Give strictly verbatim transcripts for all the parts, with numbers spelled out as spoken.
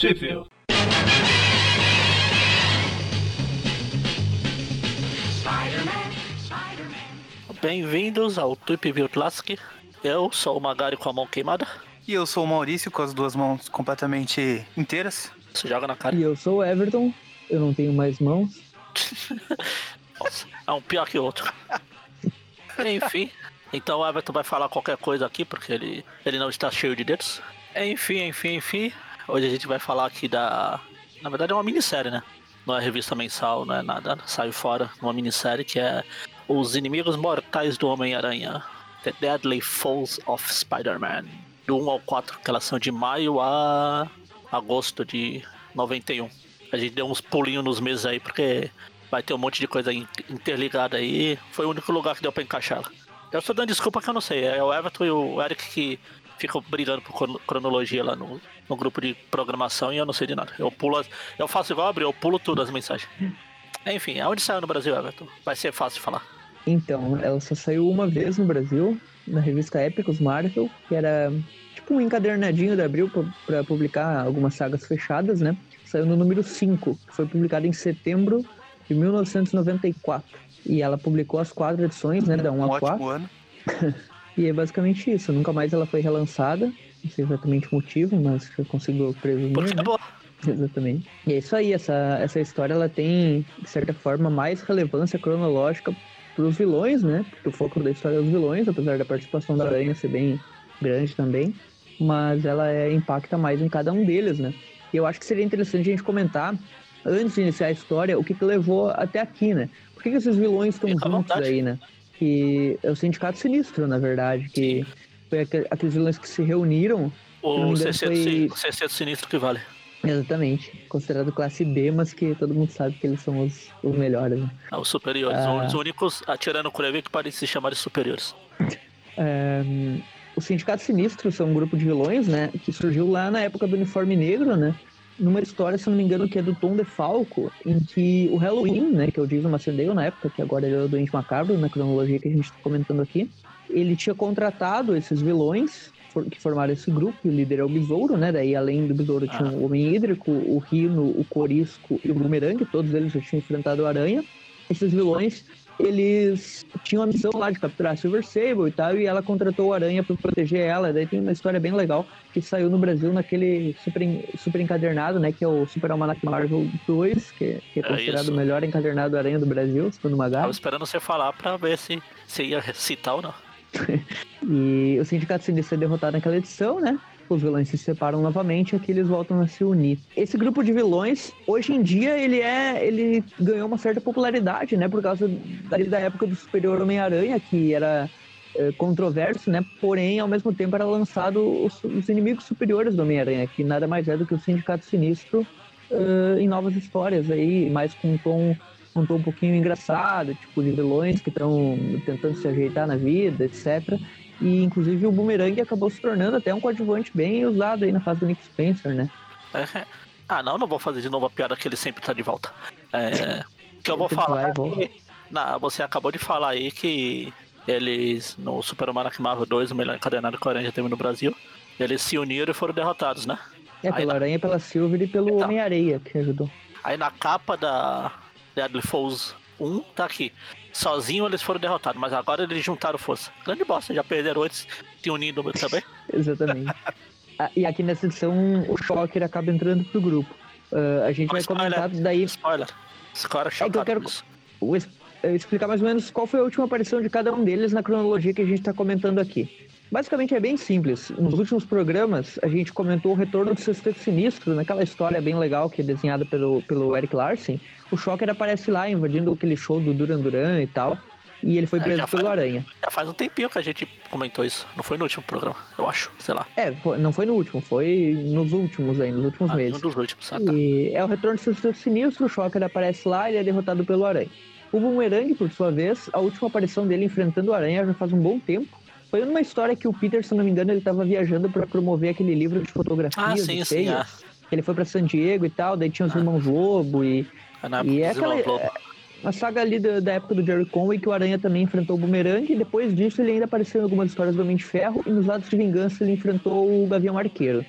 Sheffield. Bem-vindos ao Tweep View Classic. Eu sou o Magari com a mão queimada. E eu sou o Maurício com as duas mãos completamente inteiras. Você joga na cara. E eu sou o Everton, eu não tenho mais mãos. Nossa, é um pior que o outro. Enfim, então o Everton vai falar qualquer coisa aqui, porque ele, ele não está cheio de dedos. Enfim, enfim, enfim. Hoje a gente vai falar aqui da... Na verdade é uma minissérie, né? Não é revista mensal, não é nada. Saiu fora uma minissérie que é Os Inimigos Mortais do Homem-Aranha. The Deadly Foes of Spider-Man. Do um ao quatro, que elas são de maio a agosto de noventa e um. A gente deu uns pulinhos nos meses aí, porque vai ter um monte de coisa interligada aí. Foi o único lugar que deu pra encaixar. Eu estou dando desculpa que eu não sei. É o Everton e o Eric que ficam brigando por cronologia lá no, no grupo de programação e eu não sei de nada. Eu pulo, eu faço igual abrir, eu pulo tudo as mensagens. Enfim, aonde saiu no Brasil, Everton? Vai ser fácil de falar. Então, ela só saiu uma vez no Brasil, na revista Épicos Marvel, que era tipo um encadernadinho da Abril pra, pra publicar algumas sagas fechadas, né? Saiu no número cinco, que foi publicado em setembro de mil novecentos e noventa e quatro. E ela publicou as quatro edições, né? Da um a quatro. Um ótimo ano. E é basicamente isso. Nunca mais ela foi relançada. Não sei exatamente o motivo, mas eu consigo presumir. Porque né? é boa. Exatamente. E é isso aí. Essa, essa história ela tem, de certa forma, mais relevância cronológica para os vilões, né? Porque o foco da história é os vilões, apesar da participação da Aranha ser bem grande também. Mas ela é, impacta mais em cada um deles, né? E eu acho que seria interessante a gente comentar, antes de iniciar a história, o que, que levou até aqui, né? Por que, que esses vilões estão Fica à juntos vontade. aí, né? Que é o Sindicato Sinistro, na verdade, que foi aqu- aqueles vilões que se reuniram. Se não me O engano, C C do, foi- Sin- o C C do Sinistro que vale. Exatamente. Considerado classe B, mas que todo mundo sabe que eles são os, os melhores, né? É, os superiores. Ah. Os únicos, atirando o Kurevi, que parecem se chamar de superiores. É, o Sindicato Sinistro são um grupo de vilões, né? Que surgiu lá na época do Uniforme Negro, né? Numa história, se não me engano, que é do Tom DeFalco, em que o Halloween, né? Que é o Jason Macendale na época, que agora ele é o Doente Macabro, na cronologia que a gente está comentando aqui. Ele tinha contratado esses vilões for- que formaram esse grupo, e o líder é o Besouro, né? Daí, além do Besouro, tinha Ah. o Homem Hídrico, o Rino, o Corisco e o Boomerang, todos eles já tinham enfrentado o Aranha. Esses vilões, eles tinham a missão lá de capturar a Silver Sable e tal, e ela contratou o Aranha para proteger ela. Daí tem uma história bem legal que saiu no Brasil naquele super, en- super encadernado, né? Que é o Super Almanac Marvel dois, que, que é É considerado isso. o melhor encadernado Aranha do Brasil, segundo o Tava Magari. esperando você falar pra ver se você ia citar ou não. E o Sindicato Sinistro é derrotado naquela edição, né? Os vilões se separam novamente e aqui eles voltam a se unir. Esse grupo de vilões, hoje em dia, ele é. Ele ganhou uma certa popularidade, né? Por causa da, da época do Superior Homem-Aranha, que era é, controverso, né? Porém, ao mesmo tempo, era lançado os, os inimigos superiores do Homem-Aranha, que nada mais é do que o Sindicato Sinistro uh, em novas histórias aí, mais com um tom. Um tom um pouquinho engraçado, tipo de vilões que estão tentando se ajeitar na vida, etcétera. E inclusive o Boomerang acabou se tornando até um coadjuvante bem usado aí na fase do Nick Spencer, né? É. Ah, não, não vou fazer de novo a piada que ele sempre tá de volta. É, que eu vou Sempre falar. vai e volta. que- Não, você acabou de falar aí que eles, no Super Almanac Marvel dois, o melhor encadenado que o Aranha já teve no Brasil, eles se uniram e foram derrotados, né? É, Aí pela na- Aranha, pela Silver e pelo Então. Homem-Areia, que ajudou. Aí na capa da Deadly Foes um, tá aqui. Sozinho eles foram derrotados, mas agora eles juntaram força. Grande bosta, já perderam antes, se unindo também. Exatamente. Ah, e aqui nessa edição, o Shocker acaba entrando pro grupo. Ah, a gente vai comentar daí... Spoiler. Esse cara é É que eu chocado quero- com isso. Vou es- eh, explicar mais ou menos qual foi a última aparição de cada um deles na cronologia que a gente está comentando aqui. Basicamente é bem simples. Nos últimos programas, a gente comentou o retorno do Sexteto Sinistro, naquela história bem legal que é desenhada pelo, pelo Eric Larsen. O Shocker aparece lá, invadindo aquele show do Duran Duran e tal, e ele foi É, preso já pelo faz- Aranha. Já faz um tempinho que a gente comentou isso. Não foi no último programa, eu acho. Sei lá. É, foi- não foi no último, foi nos últimos aí, nos últimos Ah, meses. um dos últimos. Ah, tá. E é o retorno do Sexteto Sinistro, o Shocker aparece lá e ele é derrotado pelo Aranha. O Boomerang, por sua vez, a última aparição dele enfrentando o Aranha já faz um bom tempo. Foi numa história que o Peter, se não me engano, ele estava viajando para promover aquele livro de fotografias. Ah, sim, de sim. feias. Ah, Ele foi para San Diego e tal, daí tinha os Ah. Irmãos Lobo e, é na época e é dos aquela... Irmãos Lobo. Uma saga ali da, da época do Jerry Conway que o Aranha também enfrentou o Boomerang e depois disso ele ainda apareceu em algumas histórias do Homem de Ferro e nos Lados de Vingança ele enfrentou o Gavião Arqueiro.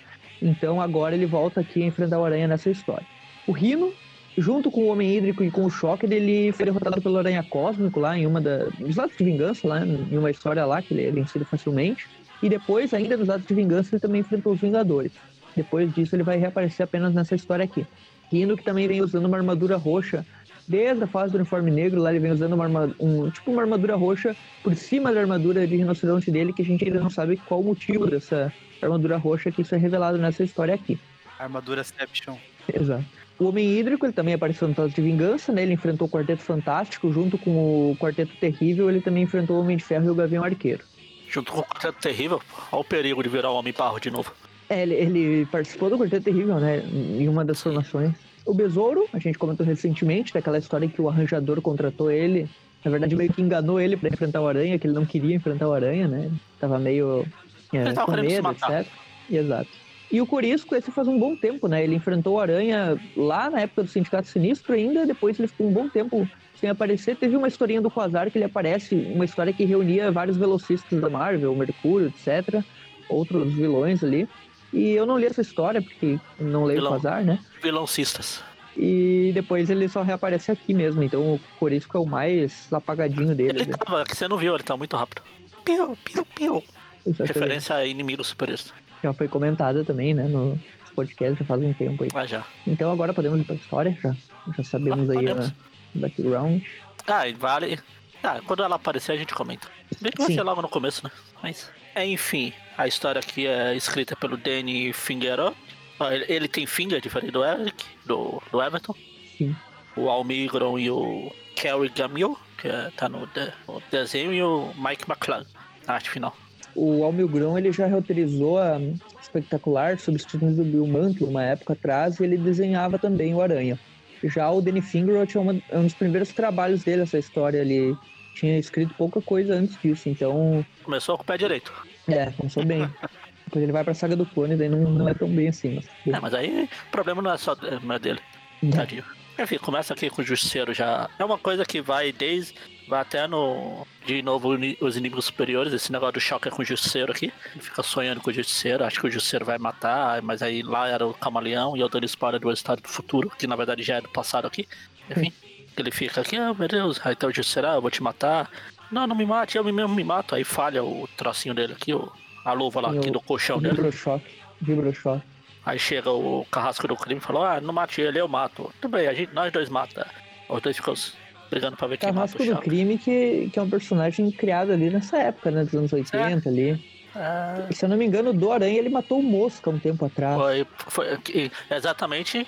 Então agora ele volta aqui a enfrentar o Aranha nessa história. O Rhino, junto com o Homem Hídrico e com o Shocker, ele foi derrotado pelo Aranha Cósmico lá em uma da, dos Atos de Vingança, lá em uma história lá que ele é vencido facilmente. E depois, ainda nos Atos de Vingança, ele também enfrentou os Vingadores. Depois disso, ele vai reaparecer apenas nessa história aqui. Rhino, que também vem usando uma armadura roxa desde a fase do uniforme negro. Lá ele vem usando uma armadura, um, tipo uma armadura roxa por cima da armadura de rinoceronte dele, que a gente ainda não sabe qual o motivo dessa armadura roxa, que isso é revelado nessa história aqui. Armadura Seption. Exato. O Homem Hídrico, ele também apareceu no Atos de Vingança, né? Ele enfrentou o Quarteto Fantástico, junto com o Quarteto Terrível, ele também enfrentou o Homem de Ferro e o Gavião Arqueiro. Junto com o Quarteto Terrível, olha o perigo de virar o Homem-Barro de novo. É, ele, ele participou do Quarteto Terrível, né? Em uma das formações. O Besouro, a gente comentou recentemente, daquela história que o Arranjador contratou ele. Na verdade, meio que enganou ele pra enfrentar o Aranha, que ele não queria enfrentar o Aranha, né? Tava meio é, tava com medo, etcétera. Exato. E o Corisco, esse faz um bom tempo, né? Ele enfrentou o Aranha lá na época do Sindicato Sinistro ainda, depois ele ficou um bom tempo sem aparecer. Teve uma historinha do Quasar que ele aparece, uma história que reunia vários velocistas da Marvel, Mercúrio, etcétera. Outros vilões ali. E eu não li essa história, porque não leio o Quasar, né? Vilãocistas. E depois ele só reaparece aqui mesmo, então o Corisco é o mais apagadinho dele. Ele tava, que você não viu, ele tá muito rápido. Piu, piu, piu. Exatamente. Referência a inimigos superiores. Já foi comentada também, né, no podcast, já faz um tempo aí. Ah, já. Então agora podemos ir pra história, já, já sabemos ah, aí a background. Ah, e vale... Ah, quando ela aparecer a gente comenta. Bem que vai Sim. ser logo no começo, né? Mas... É, enfim, a história aqui é escrita pelo Danny Fingerow. Ele, ele tem finger, diferente do Eric, do, do Everton. Sim. O Almigron e o Kerry Gamil, que é, tá no, de, no desenho, e o Mike McClung, na arte final. O Almigron, ele já reutilizou a Espetacular, substituindo o Bill Mantlo uma época atrás, e ele desenhava também o Aranha. Já o Danny Fingerow tinha uma, um dos primeiros trabalhos dele, essa história. Ele tinha escrito pouca coisa antes disso, então... Começou com o pé direito. É, começou bem. Depois ele vai pra Saga do Clone, daí não, não é tão bem assim. Mas... É, mas aí o problema não é só não é dele. Tadinho. Enfim, começa aqui com o Justiceiro já. É uma coisa que vai desde... Vai até no... De novo, os inimigos superiores. Esse negócio do choque é com o Justiceiro aqui. Ele fica sonhando com o Justiceiro. Acho que o Justiceiro vai matar. Mas aí lá era o Camaleão. E eu dando spoiler do história do futuro. Que na verdade já é do passado aqui. Enfim. Ele fica aqui, ah, meu Deus. Aí tá o Justiceiro, ah, eu vou te matar. Não, não me mate, eu mesmo me mato. Aí falha o trocinho dele aqui, o, a luva lá aqui do colchão dele. Vibrochoque. Vibrochoque. Aí chega o carrasco do crime e fala, ah, não mate ele, eu mato. Tudo bem, a gente, nós dois mata. Os dois ficam brigando pra ver quem mata o Carrasco do crime, que, que é um personagem criado ali nessa época, né, dos anos oitenta é. ali. É... E, se eu não me engano, do Aranha ele matou o Mosca um tempo atrás. Foi, foi exatamente.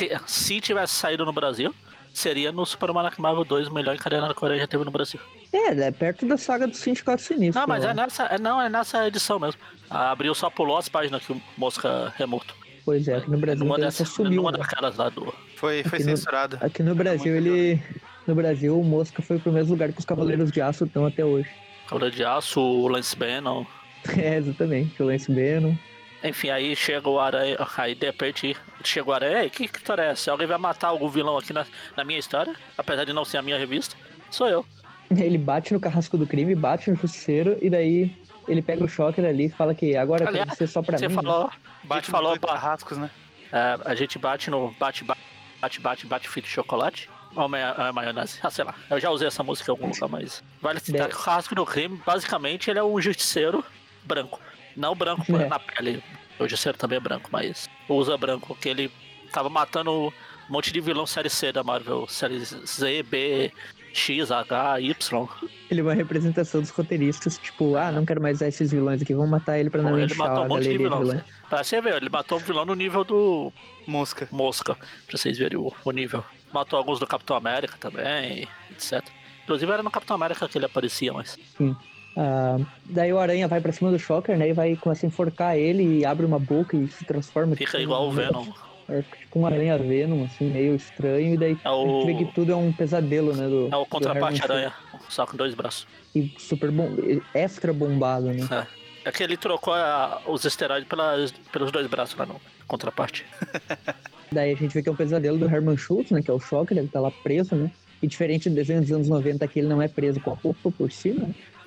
Se tivesse saído no Brasil, seria no Super Mario Marvel dois o melhor encadernado que o Aranha já teve no Brasil. É, é perto da saga do Sindicato Sinistro. Não, mas é nessa, é, não, é nessa edição mesmo. Abriu só pulou as páginas que o Mosca é morto. Pois é, aqui no Brasil numa ele dessa, sumiu. Numa né? daquelas lá do... Foi, foi aqui censurado. No, aqui no Brasil ele... No Brasil o Mosca foi pro mesmo lugar que os Cavaleiros de Aço estão até hoje. Cavaleiro de Aço, o Lance Bannon. É, exatamente, o Lance Bannon. Enfim, aí chega o Aranha, aí de repente chega o Aranha, ei, que, que história é essa? Alguém vai matar algum vilão aqui na, na minha história? Apesar de não ser a minha revista, sou eu. Ele bate no carrasco do crime, bate no justiceiro, e daí ele pega o Shocker ali e fala que agora Aliás, quer ser só pra você mim. Falou, né? Bate você falou, nos carrascos, né? É, a gente bate no bate, bate, bate, bate, bate fita de chocolate. Ou ma maionese, ah, sei lá. Eu já usei essa música em algum lugar, mas... Vale citar que o carrasco do crime, basicamente, ele é um justiceiro branco. Não branco é. na pele. O Justiceiro também é branco, mas usa branco, porque ele tava matando um monte de vilão série C da Marvel, série Z, B, X, H, Y. Ele é uma representação dos roteiristas, tipo, ah, não quero mais usar esses vilões aqui, vamos matar ele pra não encher a um galeria de vilão. vilão. Pra você ver, ele matou um vilão no nível do... Mosca. Mosca, pra vocês verem o, o nível. Matou alguns do Capitão América também, etcétera. Inclusive era no Capitão América que ele aparecia, mas... Sim. Uh, daí o Aranha vai pra cima do Shocker, né, e vai começar a enforcar ele e abre uma boca e se transforma. Fica tipo, igual um... o Venom. É tipo um Aranha Venom, assim, meio estranho, e daí é o... a gente vê que tudo é um pesadelo, né, do... É o contraparte Aranha, só com dois braços. E super bom, extra bombado, né. É, é que ele trocou a, os esteroides pelas, pelos dois braços lá no contraparte. Daí a gente vê que é um pesadelo do Herman Schultz, né, que é o Shocker, ele tá lá preso, né, e diferente do desenho dos anos noventa, que ele não é preso com a roupa por cima, né. Não.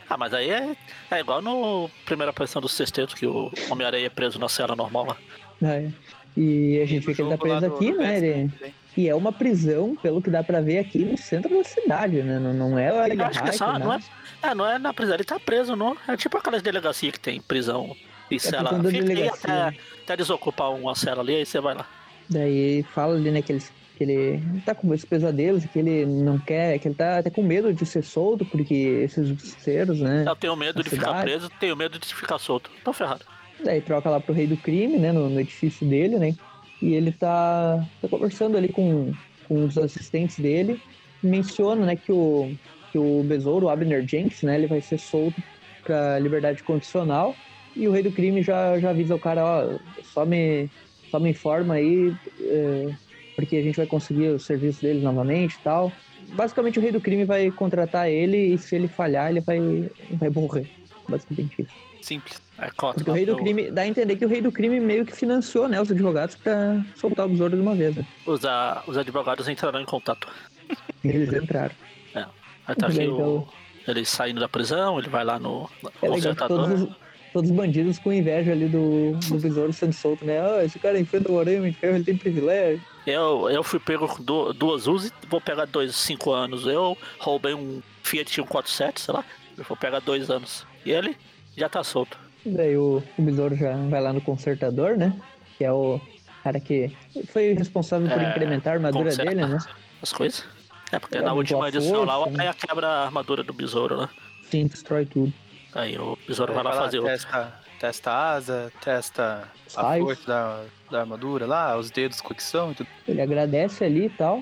Ah, mas aí é, é igual no primeira aparição do Sexteto, que o Homem-Aranha é preso na cela normal lá. É. E a E gente no vê que ele tá jogo lá preso do- aqui, do né? Vesper Ele... também. E é uma prisão, pelo que dá pra ver aqui, no centro da cidade, né? Não, não é a Eu Ilha acho que é Hack, só, não é, nada. é, não é na prisão, ele tá preso, não. É tipo aquelas delegacias que tem prisão e É por cela. conta da Fica aí delegacia, até, né? até desocupar uma cela ali, aí você vai lá. Daí fala ali, né, que ele, que ele tá com esses pesadelos, que ele não quer, que ele tá até com medo de ser solto, porque esses justiceiros, né, Eu tenho medo na de ficar cidade. preso, tenho medo de ficar solto. Tô ferrado. Daí troca lá pro rei do crime, né, no, no edifício dele, né, e ele tá, tá conversando ali com, com os assistentes dele, menciona, né, que o, que o besouro, o Abner Jenks, né, ele vai ser solto pra liberdade condicional, e o rei do crime já, já avisa o cara, ó, só me, só me informa aí, é, porque a gente vai conseguir os serviços dele novamente e tal. Basicamente o rei do crime vai contratar ele, e se ele falhar, ele vai, vai morrer. Basicamente isso. Simples. É, cota Porque o lá rei do pro- crime, dá a entender que o rei do crime meio que financiou, né, os advogados pra soltar o besouro de uma vez, né? os, a- os advogados entrarão em contato. E eles entraram. É. Aí tá aqui Legal. o, ele saindo da prisão, ele vai lá no É legal que consertador. todos os, todos os bandidos com inveja ali do, do besouro sendo solto, né? Ah, esse cara enfrenta o Aranha de Ferro, ele tem privilégio. Eu, eu fui pego com du- duas Uzi, vou pegar dois, cinco anos. Eu roubei um Fiat cento e quarenta e sete, sei lá. Eu vou pegar dois anos. E ele já tá solto. Daí o, o besouro já vai lá no consertador, né? Que é o cara que foi responsável por É, incrementar a armadura conserta dele, né? As coisas. É, porque Ele na aumentou última a edição lá, o força, né? Aranha quebra a armadura do besouro, né? Sim, destrói tudo. Aí o besouro Aí vai lá vai lá, fazer outro. testa, testa a asa, testa a Sai. força da, da armadura lá, os dedos, conexão e tudo. Ele agradece ali e tal.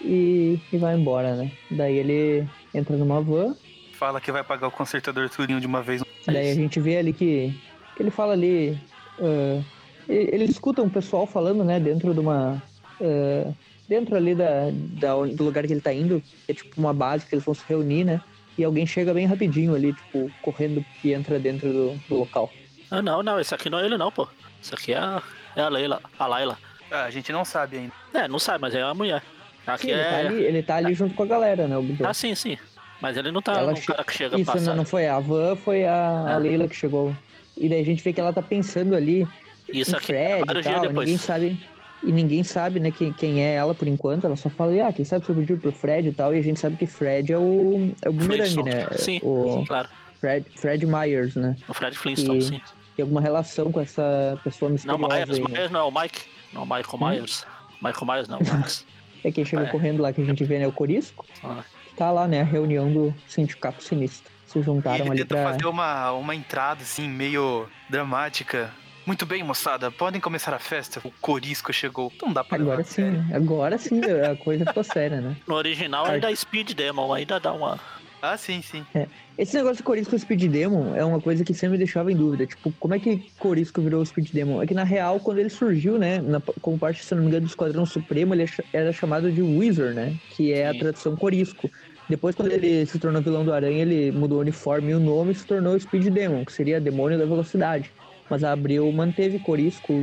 E, e vai embora, né? Daí ele entra numa van. Fala que vai pagar o consertador tudinho de uma vez. Daí a gente vê ali que, que ele fala ali. ah, ele, ele escuta um pessoal falando, né, dentro de uma. ah, dentro ali da, da, do lugar que ele tá indo, que é tipo uma base que eles vão se reunir, né? E alguém chega bem rapidinho ali, tipo, correndo e entra dentro do, do local. Ah, não, não, esse aqui não é ele não, pô. Esse aqui é a, é a Leila, a Laila. Ah, a gente não sabe ainda. É, não sabe, mas é a mulher. Aqui Sim, ele, tá é... ali, ele tá ali junto com a galera, né? O Besouro. Ah, sim, sim. Mas ele não tá Ela um che- cara que chega Isso, passar. não, não foi a van, foi a, a Ah. Leila que chegou. E daí a gente vê que ela tá pensando ali Isso em aqui Fred vários e dias tal, depois. ninguém sabe. E ninguém sabe, né, quem, quem é ela por enquanto. Ela só fala, ah, quem sabe se eu pedir pro Fred e tal. E a gente sabe que Fred é o, é o Boomerang, Flintstone. né? Sim, O claro. Fred, Fred Myers, né? O Fred Flintstone, E sim. tem alguma relação com essa pessoa Não, misteriosa Myers, aí, né? Myers não é o Mike. Não, Michael Myers. Michael Myers não, Max. É quem chega É. correndo lá que a gente vê, né? O Corisco. Ah. Tá lá, né? A reunião do Sindicato Sinistro. Se E juntaram ele ali tenta pra... fazer uma, uma entrada, assim, meio dramática. Muito bem, moçada, podem começar a festa. O Corisco chegou. Não dá pra levar Agora a sim, sério. né? Agora sim a coisa ficou séria, né? No original ainda é Speed Demon, ainda dá uma... Ah, sim, sim. Esse negócio de Corisco Speed Demon é uma coisa que sempre me deixava em dúvida. Tipo, como é que Corisco virou Speed Demon? É que na real, quando ele surgiu, né, na, como parte, se não me engano, do Esquadrão Supremo, ele era chamado de Wizard, né? Que é a Sim. tradução Corisco. Depois, quando ele se tornou vilão do Aranha, ele mudou o uniforme e o nome e se tornou Speed Demon, que seria Demônio da Velocidade. Mas a Abril manteve Corisco,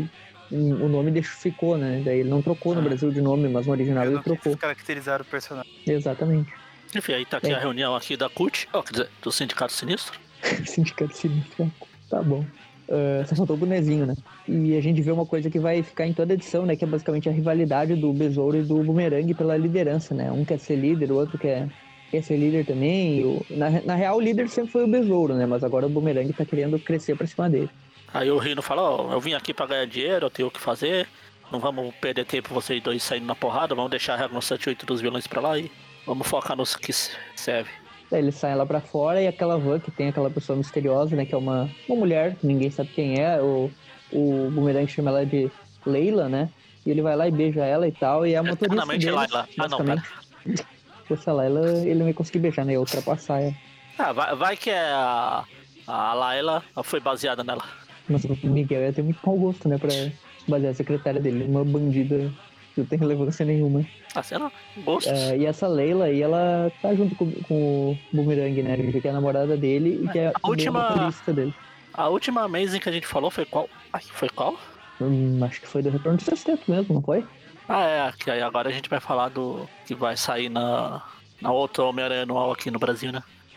o nome deixou, ficou, né? Daí ele não trocou no Ah. Brasil de nome, mas no original Eu ele não quis trocou. caracterizar o personagem. Exatamente. Enfim, aí tá aqui É. a reunião aqui da C U T, oh, quer dizer, do Sindicato Sinistro. Sindicato Sinistro. Tá bom. Uh, só faltou o bonezinho, né? E a gente vê uma coisa que vai ficar em toda edição, né? Que é basicamente a rivalidade do Besouro e do Boomerang pela liderança, né? Um quer ser líder, o outro quer, quer ser líder também. E o- na, na real, o líder sempre foi o Besouro, né? Mas agora o Boomerang tá querendo crescer pra cima dele. Aí o Rino fala, ó, eu vim aqui pra ganhar dinheiro, eu tenho o que fazer. Não vamos perder tempo vocês dois saindo na porrada, vamos deixar a regra sete e oito dos vilões pra lá e vamos focar nos que serve. Daí eles saem lá pra fora e aquela van que tem aquela pessoa misteriosa, né? Que é uma, uma mulher, que ninguém sabe quem é. O, o Boomerang chama ela de Leila, né? E ele vai lá e beija ela e tal. E é a motorista Eternamente deles, Laila. Ah, não, basicamente. Se fosse a Laila, ele não ia conseguir beijar, né? Ia ultrapassar ela. Ah, vai, vai que é a, a Laila foi baseada nela. Mas o Miguel ia ter muito mau gosto, né? Pra basear a secretária dele numa bandida que não tem relevância nenhuma. Ah, sei lá, gostos. É, e essa Leila aí, ela tá junto com, com o Boomerang, né? A gente vê que é a namorada dele e que é A última- a motorista dele. A última Amazing que a gente falou foi qual? Ai, foi qual? Hum, acho que foi do Retorno do Sexteto mesmo, não foi? Ah, é, que aí agora a gente vai falar do que vai sair na, na outra Homem-Aranha anual aqui no Brasil, né?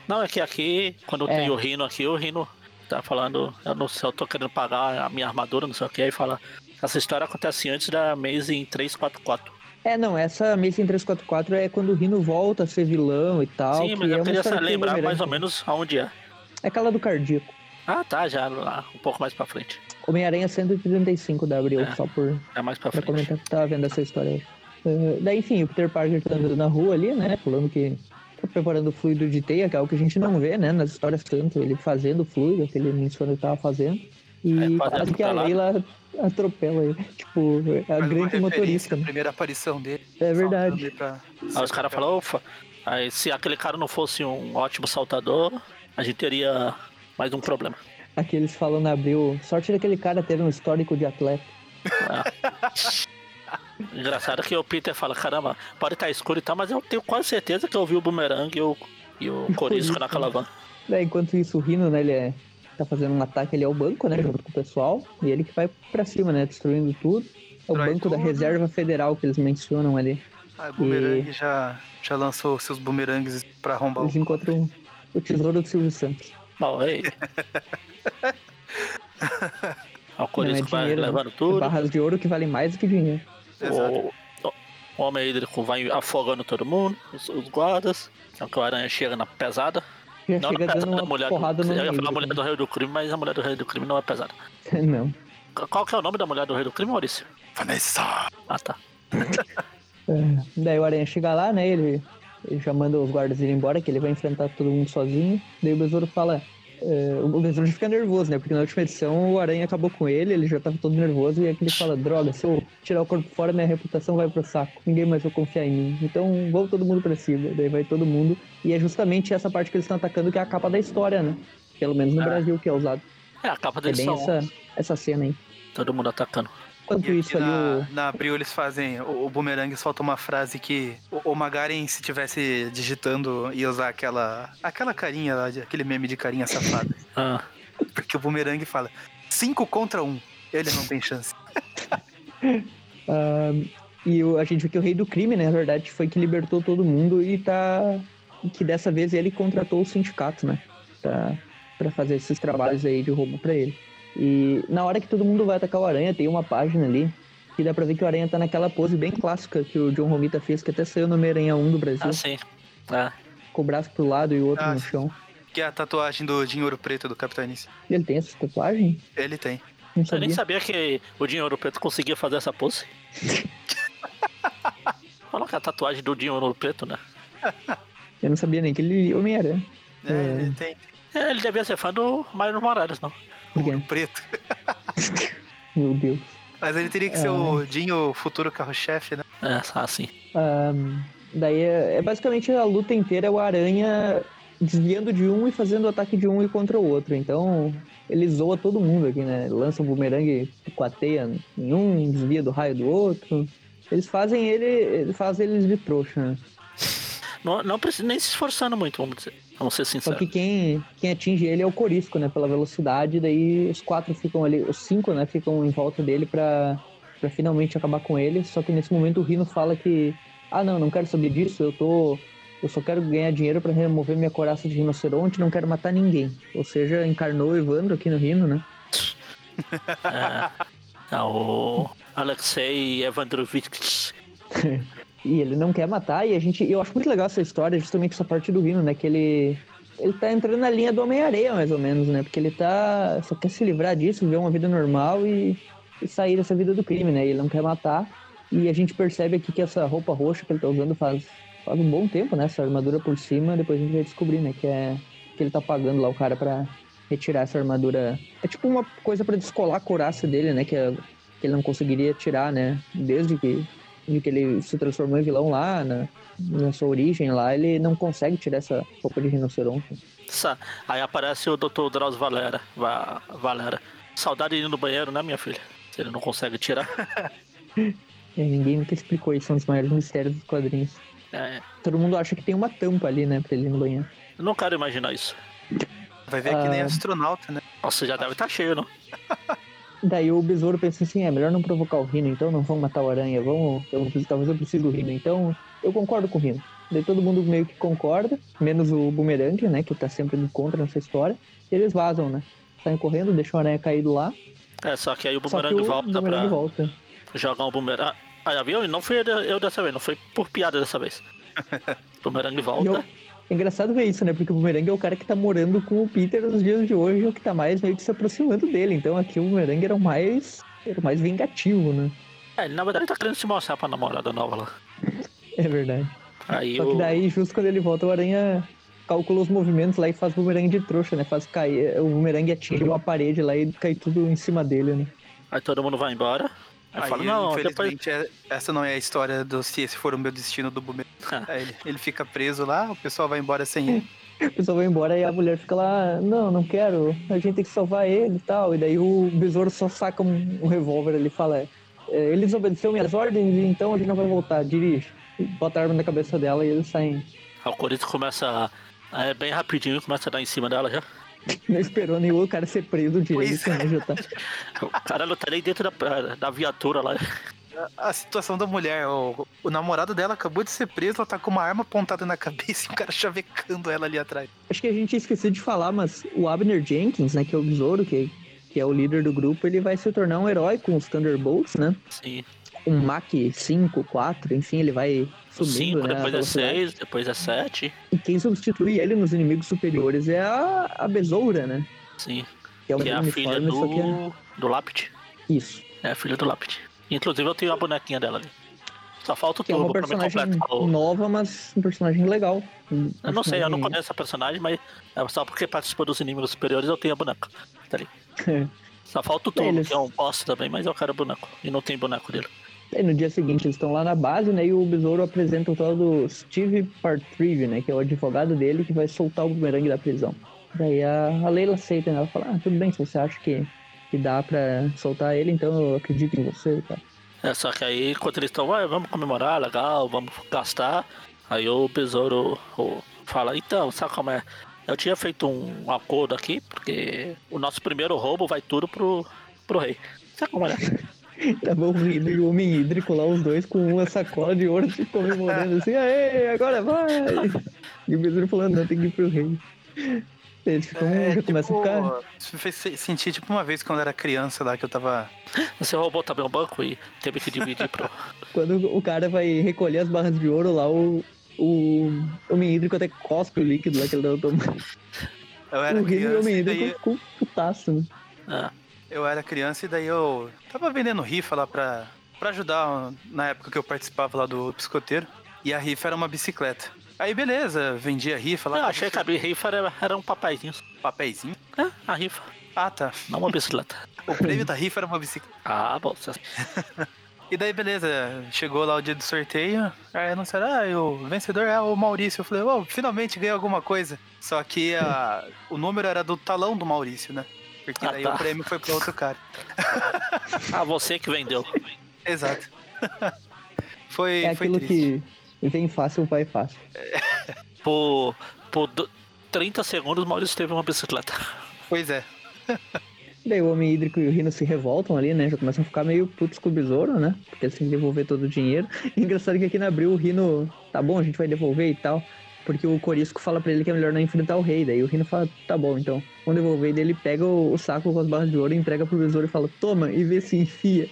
Não, é que aqui, quando É. tem o Rino aqui, o Rino tá falando, eu não sei, eu tô querendo pagar a minha armadura, não sei o que, aí fala, essa história acontece antes da Amazing trezentos e quarenta e quatro. É, não, essa Amazing trezentos e quarenta e quatro é quando o Rino volta a ser vilão e tal. Sim, que mas é eu uma queria história que tem lembrar Boomerang mais ou também. menos aonde é. É aquela do cardíaco. Ah, tá, já lá, um pouco mais pra frente. Homem-Aranha cento e trinta e cinco da Abril, É. só por É mais pra pra frente. comentar que tava vendo essa história aí. Uh, daí, enfim, o Peter Parker tá andando na rua ali, né? Falando que tá preparando o fluido de teia, que é algo que a gente não vê, né? Nas histórias tanto, ele fazendo o fluido, que ele menciona que tava fazendo. E Aí pode quase que a atropelar. Leila atropela ele. Tipo, a Faz uma grande referência motorista, à né? primeira aparição dele. É verdade. saltando aí pra- Aí os caras falam, ufa, aí se aquele cara não fosse um ótimo saltador, a gente teria mais um problema. Aqui eles falam na Abril, sorte daquele cara ter um histórico de atleta. Engraçado que o Peter fala, caramba, pode estar escuro e tal, mas eu tenho quase certeza que eu vi o Boomerang e o, e o Corisco naquela van. Daí, enquanto isso, o Rino, né, ele é, tá fazendo um ataque ali ao banco, né, junto com o pessoal, e ele que vai pra cima, né, destruindo tudo. É o Destrói banco da tudo. Reserva Federal que eles mencionam ali. Ah, o Boomerang já, já lançou seus boomerangues pra arrombar Eles o... encontram o tesouro do Silvio Santos. Bom, ei. O Corisco vai dinheiro, né? levando É tudo. barras de ouro que valem mais do que dinheiro. Exato. O, o, o homem hídrico vai afogando todo mundo, os, os guardas. Então que o Aranha chega na pesada. Já Não chega na pesada dando da uma mulher porrada do, no eu ia falar a hídrico, mulher né? do rei do crime, mas a mulher do rei do crime não é pesada. Não. Qual que é o nome da mulher do rei do crime, Maurício? Vanessa! Ah, tá. É, daí o Aranha chega lá, né? Ele, ele já manda os guardas irem embora, que ele vai enfrentar todo mundo sozinho. Daí o Besouro fala. É, o Besouro já fica nervoso, né? Porque na última edição o Aranha acabou com ele, ele já tava todo nervoso. E aqui ele fala: droga, se eu tirar o corpo fora, minha reputação vai pro saco. Ninguém mais vai confiar em mim. Então vamos todo mundo pra cima. Daí vai todo mundo. E é justamente essa parte que eles estão atacando que é a capa da história, né? Pelo menos no Ah. Brasil, que é usado. É a capa É deles bem são essa, essa cena aí. todo mundo atacando. Enquanto E isso aqui ali, na, o. na Abril eles fazem, o, o Boomerang solta uma frase que o, o Magaren, se tivesse digitando, ia usar aquela, aquela carinha lá, de- aquele meme de carinha safada. Ah, Porque o Boomerang fala, cinco contra um, ele não tem chance. Ah, e o- a gente vê que o rei do crime, né, na verdade, foi que libertou todo mundo e tá. e que dessa vez ele contratou o sindicato, né? Pra, pra fazer esses trabalhos aí de roubo pra ele. E na hora que todo mundo vai atacar o Aranha, tem uma página ali que dá pra ver que o Aranha tá naquela pose bem clássica que o John Romita fez, que até saiu no Homem-Aranha um do Brasil, ah sim. É. com o braço pro lado e o outro Ah, no sim. chão. Que é a tatuagem do Dinheiro Preto do Capitão Início. Ele tem essa tatuagem? Ele tem. Não Eu nem sabia. sabia que o Dinheiro Preto conseguia fazer essa pose. Falou que a tatuagem do Dinheiro Preto, né? Eu não sabia nem que ele lia Homem-Aranha. É, É. ele tem É, ele devia ser fã do Mário Morales, não? Por quê? ouro preto. Meu Deus. Mas ele teria que ser o Dinho futuro carro-chefe, né? É, assim. Ahn, daí é, é basicamente a luta inteira, é o Aranha desviando de um e fazendo o ataque de um e contra o outro. Então ele zoa todo mundo aqui, né? Lança o bumerangue com a teia em um, desvia do raio do outro. Eles fazem ele, ele faz eles de trouxa, né? Não, não precisa nem se esforçando muito, vamos dizer. Vamos ser Só sinceros. que quem, quem atinge ele é o Corisco, né? Pela velocidade, daí os quatro ficam ali, os cinco, né? Ficam em volta dele pra, pra finalmente acabar com ele. Só que nesse momento o Rino fala que, ah, não, não quero saber disso, eu tô... Eu só quero ganhar dinheiro pra remover minha coraça de rinoceronte, não quero matar ninguém. Ou seja, encarnou o Evandro aqui no Rino, né? É, é o Alexei Evandrovich. E ele não quer matar, e a gente... Eu acho muito legal essa história, justamente essa parte do Rino, né? Que ele... Ele tá entrando na linha do Homem-Aranha, mais ou menos, né? Porque ele tá... Só quer se livrar disso, viver uma vida normal e, e sair dessa vida do crime, né? Ele não quer matar. E a gente percebe aqui que essa roupa roxa que ele tá usando faz, faz um bom tempo, né? Essa armadura por cima, depois a gente vai descobrir, né? Que é... Que ele tá pagando lá o cara pra retirar essa armadura. É tipo uma coisa pra descolar a couraça dele, né? Que, é, que ele não conseguiria tirar, né? Desde que... de que ele se transformou em vilão lá, na, na sua origem lá, ele não consegue tirar essa roupa de rinoceronte. Sa- Aí aparece o doutor Drauzio Valera. Va- Valera. Saudade de ir no banheiro, né, minha filha? Se ele não consegue tirar. E ninguém nunca explicou isso, é um dos maiores mistérios dos quadrinhos. É, Todo mundo acha que tem uma tampa ali, né, pra ele ir no banheiro. eu não quero imaginar isso. Vai ver que nem Ah. astronauta, né? Nossa, já deve estar cheio, não? Daí o besouro pensa assim, é melhor não provocar o Rino, então não vamos matar o Aranha, vamos, eu, talvez eu precise do Rino. Então eu concordo com o Rino. Daí todo mundo meio que concorda, menos o Boomerang, né, que tá sempre no contra nessa história. E eles vazam, né? Saem correndo, deixam o Aranha caído lá. É, só que aí o Só que Boomerang o volta Boomerang pra volta. jogar um Boomerang. Ah, já viu? E não fui eu dessa vez, não foi por piada dessa vez. O Boomerang volta. Eu... É engraçado ver isso, né? Porque o Boomerang é o cara que tá morando com o Peter nos dias de hoje, o que tá mais meio que se aproximando dele. Então aqui o Boomerang era o mais, era o mais vingativo, né? É, ele na verdade tá querendo se mostrar pra namorada nova lá. É verdade. Aí Só o... que daí, justo quando ele volta, o Aranha calcula os movimentos lá e faz o Boomerang de trouxa, né? Faz cair, o Boomerang atinge uma parede lá e cai tudo em cima dele, né? Aí todo mundo vai embora. Aí, Aí, fala, não, infelizmente, depois... é- essa não é a história do se esse for o meu destino do Boomerang. Aí ele, ele fica preso lá, o pessoal vai embora sem ele. O pessoal vai embora e a mulher fica lá, não, não quero, a gente tem que salvar ele e tal. E daí o Besouro só saca um, um revólver ali e fala, é, ele desobedeceu minhas ordens, então a gente não vai voltar, dirige. E bota a arma na cabeça dela e eles saem. Aí o Corinthians começa, a... é, bem rapidinho, começa a dar em cima dela já. Não esperou nenhum cara ser preso direito, né, já tá. O cara não tá nem dentro da, da viatura lá. A, a situação da mulher, o, o namorado dela acabou de ser preso, ela tá com uma arma apontada na cabeça e o cara chavecando ela ali atrás. Acho que a gente esqueceu de falar, mas o Abner Jenkins, né, que é o Besouro, que, que é o líder do grupo, ele vai se tornar um herói com os Thunderbolts, né? Sim. Um Mach cinco, quatro, enfim, ele vai subindo, cinco, né? depois a é velocidade. seis, depois é sete. E quem substitui ele nos inimigos superiores é a, a Besoura, né? Sim. Que é, Que é a filha uniforme, só que é... do, do Lápide. Isso. É a filha do Lápide. Inclusive eu tenho a bonequinha dela ali. Só falta o Que é uma turbo pra me personagem completar. nova, mas um personagem legal. Um Eu não sei, eu não personagem- conheço a personagem, mas é só porque participou dos inimigos superiores eu tenho a boneca. Tá ali. Só falta o turbo, Eles- que é um boss também, mas eu quero o boneco. E não tem boneco dele. Aí no dia seguinte eles estão lá na base, né? E o Besouro apresenta o tal do Steve Partrieve, né? Que é o advogado dele que vai soltar o Boomerang da prisão. Daí a, a Leila aceita, né? Ela fala, ah, tudo bem, se você acha que, que dá pra soltar ele, então eu acredito em você e tal. É, só que aí, enquanto eles estão, "Ué, vamos comemorar, legal, vamos gastar." Aí o besouro o, fala, então, sabe como é? Eu tinha feito um acordo aqui, porque o nosso primeiro roubo vai tudo pro, pro rei. Sabe como é? Tava o Rino e o Homem Hídrico lá, os dois com uma sacola de ouro, tipo, comemorando assim, aê, agora vai! E o Besouro falando, não, tem que ir pro rei. Eles ficam, já começam a ficar... Isso me fez se- sentir tipo uma vez quando eu era criança lá, que eu tava... Você roubou também um banco e teve que dividir pro... Quando o cara vai recolher as barras de ouro lá, o, o Homem Hídrico até cospe o líquido lá que ele dá tomando. Eu era O Rino e o criança Homem e Hídrico daí... ficou putaço, né? Ah, Eu era criança e daí eu tava vendendo rifa lá pra, pra ajudar na época que eu participava lá do Piscoteiro. E a rifa era uma bicicleta. Aí beleza, vendia rifa lá. eu achei que a rifa era, era um papeizinho. Papeizinho? É, a rifa, Ah, tá. não uma bicicleta. O prêmio da rifa era uma bicicleta. Ah, bom, você... E daí beleza, chegou lá o dia do sorteio. Aí não sei, ah, e o vencedor é o Maurício. Eu falei, oh, finalmente ganhei alguma coisa. Só que a, o número era do talão do Maurício, né? Porque Ah, daí tá. o prêmio foi pra outro cara. Ah, você que vendeu. Exato. foi, É foi aquilo triste. que vem fácil, vai fácil. Por, por do- trinta segundos o Maurício teve uma bicicleta. Pois é. Daí o Homem Hídrico e o Rino se revoltam ali, né? Já começam a ficar meio putos com o besouro, né? Porque eles têm que devolver todo o dinheiro. E engraçado que aqui na Abril o Rino, tá bom, a gente vai devolver e tal. Porque o Corisco fala pra ele que é melhor não enfrentar o rei. Daí o Rino fala, tá bom, então, vamos devolver. E daí ele pega o, o saco com as barras de ouro e entrega pro besouro e fala, toma, e vê se enfia.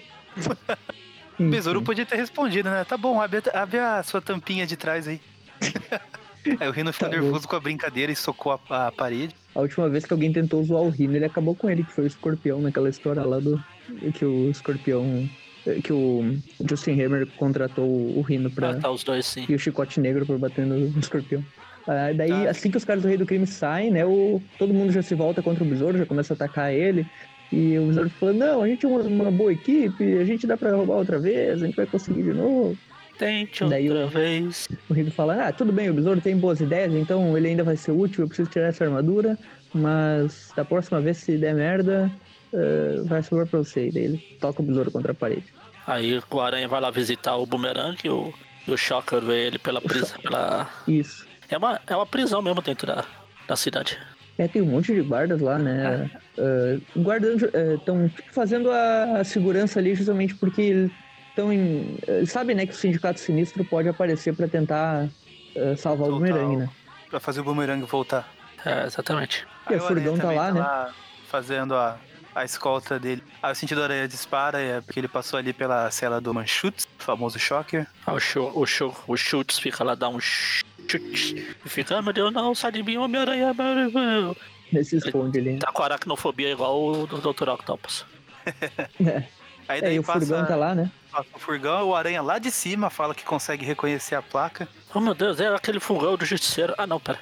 O besouro podia ter respondido, né? Tá bom, abre, a- abre a sua tampinha de trás aí. Aí o Rino ficou Tá nervoso com a brincadeira e socou a, a parede. A última vez que alguém tentou zoar o Rino, ele acabou com ele, que foi o Escorpião, naquela história lá do... Que o Escorpião... Que o Justin Hammer contratou o Rino pra... Ah, tá, os dois sim. E o Chicote Negro por bater no Escorpião. Ah, daí, Tá. assim que os caras do Rei do Crime saem, né, o... todo mundo já se volta contra o Besouro, já começa a atacar ele. E o Besouro fala, não, a gente é uma, uma boa equipe, a gente dá pra roubar outra vez, a gente vai conseguir de novo. Tente Daí outra o- vez. O Rino fala, ah, tudo bem, o Besouro tem boas ideias, então ele ainda vai ser útil, eu preciso tirar essa armadura, mas da próxima vez, se der merda, eh, vai sobrar pra você. E daí ele toca o Besouro contra a parede. Aí o Aranha vai lá visitar o Boomerang e o, e o Shocker vê ele pela prisão. Pela... Isso. É, uma, é uma prisão mesmo dentro da, da cidade. É, tem um monte de guardas lá, né? Uh, guardando, estão fazendo a, a segurança ali justamente porque estão em... Uh, sabe, né, que o Sindicato Sinistro pode aparecer pra tentar uh, salvar o Soltar bumerangue, o- né? Pra fazer o bumerangue voltar. É, exatamente. E Aí o furgão Aranha tá também lá, né? lá fazendo a, a escolta dele. Aí o sentido aranha dispara, é porque ele passou ali pela cela do Manchutz, o famoso Shocker. Ah, o show, o show, o Schultz fica lá, dá um chute. E fica, ah, meu Deus, não, sai de mim, Homem-Aranha. meu- Nesse esconde ali. Tá com aracnofobia igual o do doutor Octopus. É, Aí é daí e o passa, furgão tá lá, né? passa o furgão, o aranha lá de cima fala que consegue reconhecer a placa. Oh meu Deus, é aquele fungão do justiceiro. Ah não, pera.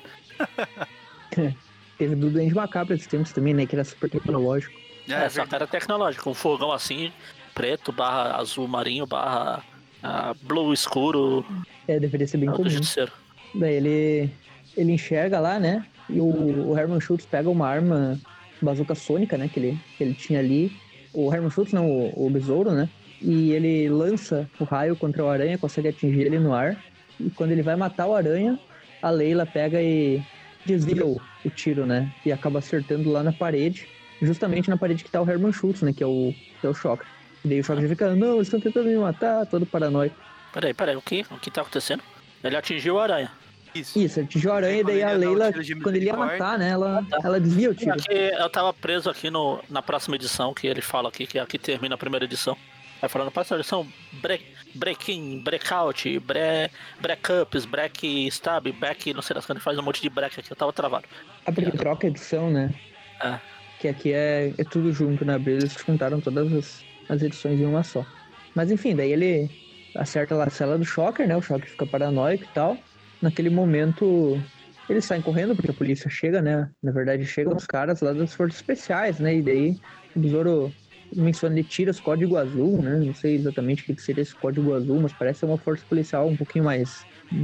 Teve do Duende Macabro esses tempos também, né? Que era super tecnológico. É, só que era tecnológico. Um fogão assim, preto, barra azul marinho, barra ah, blue escuro. É, deveria ser bem É o do comum. justiceiro. Daí ele, ele enxerga lá, né? E o, o Herman Schultz pega uma arma bazuca sônica, né? Que ele, que ele tinha ali. O Herman Schultz, não, o, o besouro, né? E ele lança o raio contra o aranha, consegue atingir ele no ar. E quando ele vai matar o aranha, a Leila pega e desvia o, o tiro, né? E acaba acertando lá na parede. Justamente na parede que tá o Herman Schultz, né? Que é o, que é o Shocker. E daí o Shocker fica, não, eles estão tentando me matar, todo paranoico. Peraí, peraí, o que? O que tá acontecendo? Ele atingiu o aranha. Isso. Isso, ele atingiu a aranha e daí a Quando ele ia dar o Leila, tiro de quando ele ia misericórdia. matar, né? Ela, ela desvia o tiro. Aqui, eu tava preso aqui no, na próxima edição, que ele fala aqui, que aqui termina a primeira edição. Vai falando, próxima edição, break, break-in, breakout, bre, break-ups, break stab, back, não sei das coisas, faz um monte de break aqui, eu tava travado. É porque troca a edição, né? É. Que aqui é, é tudo junto, né? Eles juntaram todas as, as edições em uma só. Mas enfim, daí ele acerta lá a cela do Shocker, né? O Shocker fica paranoico e tal. Naquele momento, eles saem correndo, porque a polícia chega, né? Na verdade, chegam os caras lá das forças especiais, né? E daí o Besouro menciona, ele tira os códigos azul, né? Não sei exatamente o que seria esse código azul, mas parece ser uma força policial um pouquinho mais,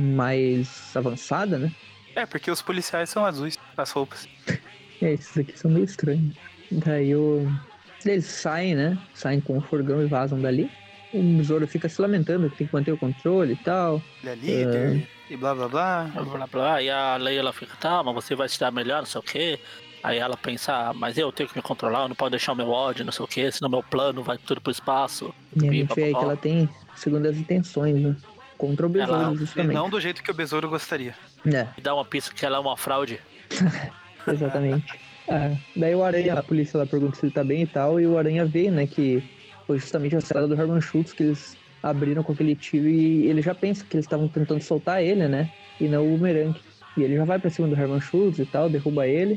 mais avançada, né? É, porque os policiais são azuis, as roupas. É, esses aqui são meio estranhos. Daí o... eles saem, né? Saem com o furgão e vazam dali. O Besouro fica se lamentando que tem que manter o controle e tal. Ele é líder e blá blá blá. Blá, blá, blá. E a Leila fica, tá, mas você vai se dar melhor, não sei o quê. Aí ela pensa, ah, mas eu tenho que me controlar, eu não posso deixar o meu ódio, não sei o quê, senão meu plano vai tudo pro espaço. E a E gente vê aí papapó. que ela tem segundas intenções, né? Contra o Besouro, Ela- E justamente. não do jeito que o besouro gostaria. É, E dá uma pista que ela é uma fraude. exatamente. Ah, daí o Aranha, a polícia lá pergunta se ele tá bem e tal, e o Aranha vê, né, que foi justamente a cela do Herman Schultz que eles abriram com aquele tiro e ele já pensa que eles estavam tentando soltar ele, né, e não o bumerangue. E ele já vai pra cima do Herman Schultz e tal, derruba ele,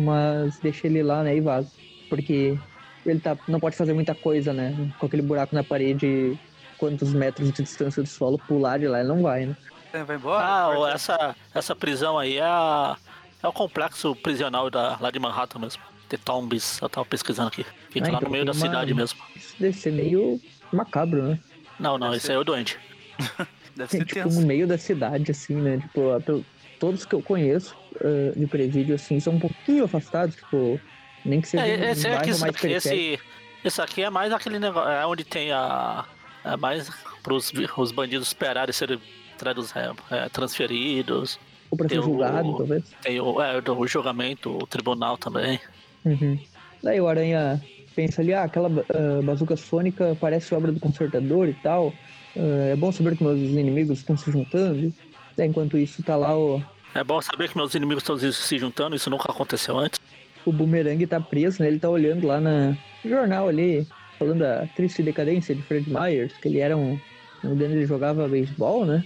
mas deixa ele lá, né, e vaza. Porque ele tá, não pode fazer muita coisa, né, com aquele buraco na parede, quantos metros de distância do solo, pular de lá ele não vai, né. Então, vai embora. Ah, corta- ou essa, essa prisão aí é, a, é o complexo prisional da, lá de Manhattan mesmo. The Tombs, eu tava pesquisando aqui. Fica Ah, lá então no meio tem da uma- cidade mesmo. Isso deve ser meio macabro, né. Não, não, Deve esse ser. aí é o doente. Deve É, ser tipo, tenso. no meio da cidade, assim, né? Tipo, a- pelo- todos que eu conheço ah, de presídio, assim, são um pouquinho afastados, tipo, nem que seja É, um esse, é bairro que esse, mais aqui, periférico. esse, esse aqui é mais aquele negócio, é onde tem a... É mais pros os bandidos esperarem serem traduz, é, é, transferidos. Ou pra ser tem o- julgado, talvez. Tem o, é, o julgamento, o tribunal também. Uhum. Daí o Aranha pensa ali, ah, aquela ah, bazuca sônica parece obra do Consertador e tal. Ah, é bom saber que meus inimigos estão se juntando. Daí, enquanto isso, tá lá o, É bom saber que meus inimigos estão se juntando, isso nunca aconteceu antes. o bumerangue tá preso, né? Ele tá olhando lá na, no jornal ali, falando da triste decadência de Fred Myers, que ele era um... No engano, ele jogava beisebol, né?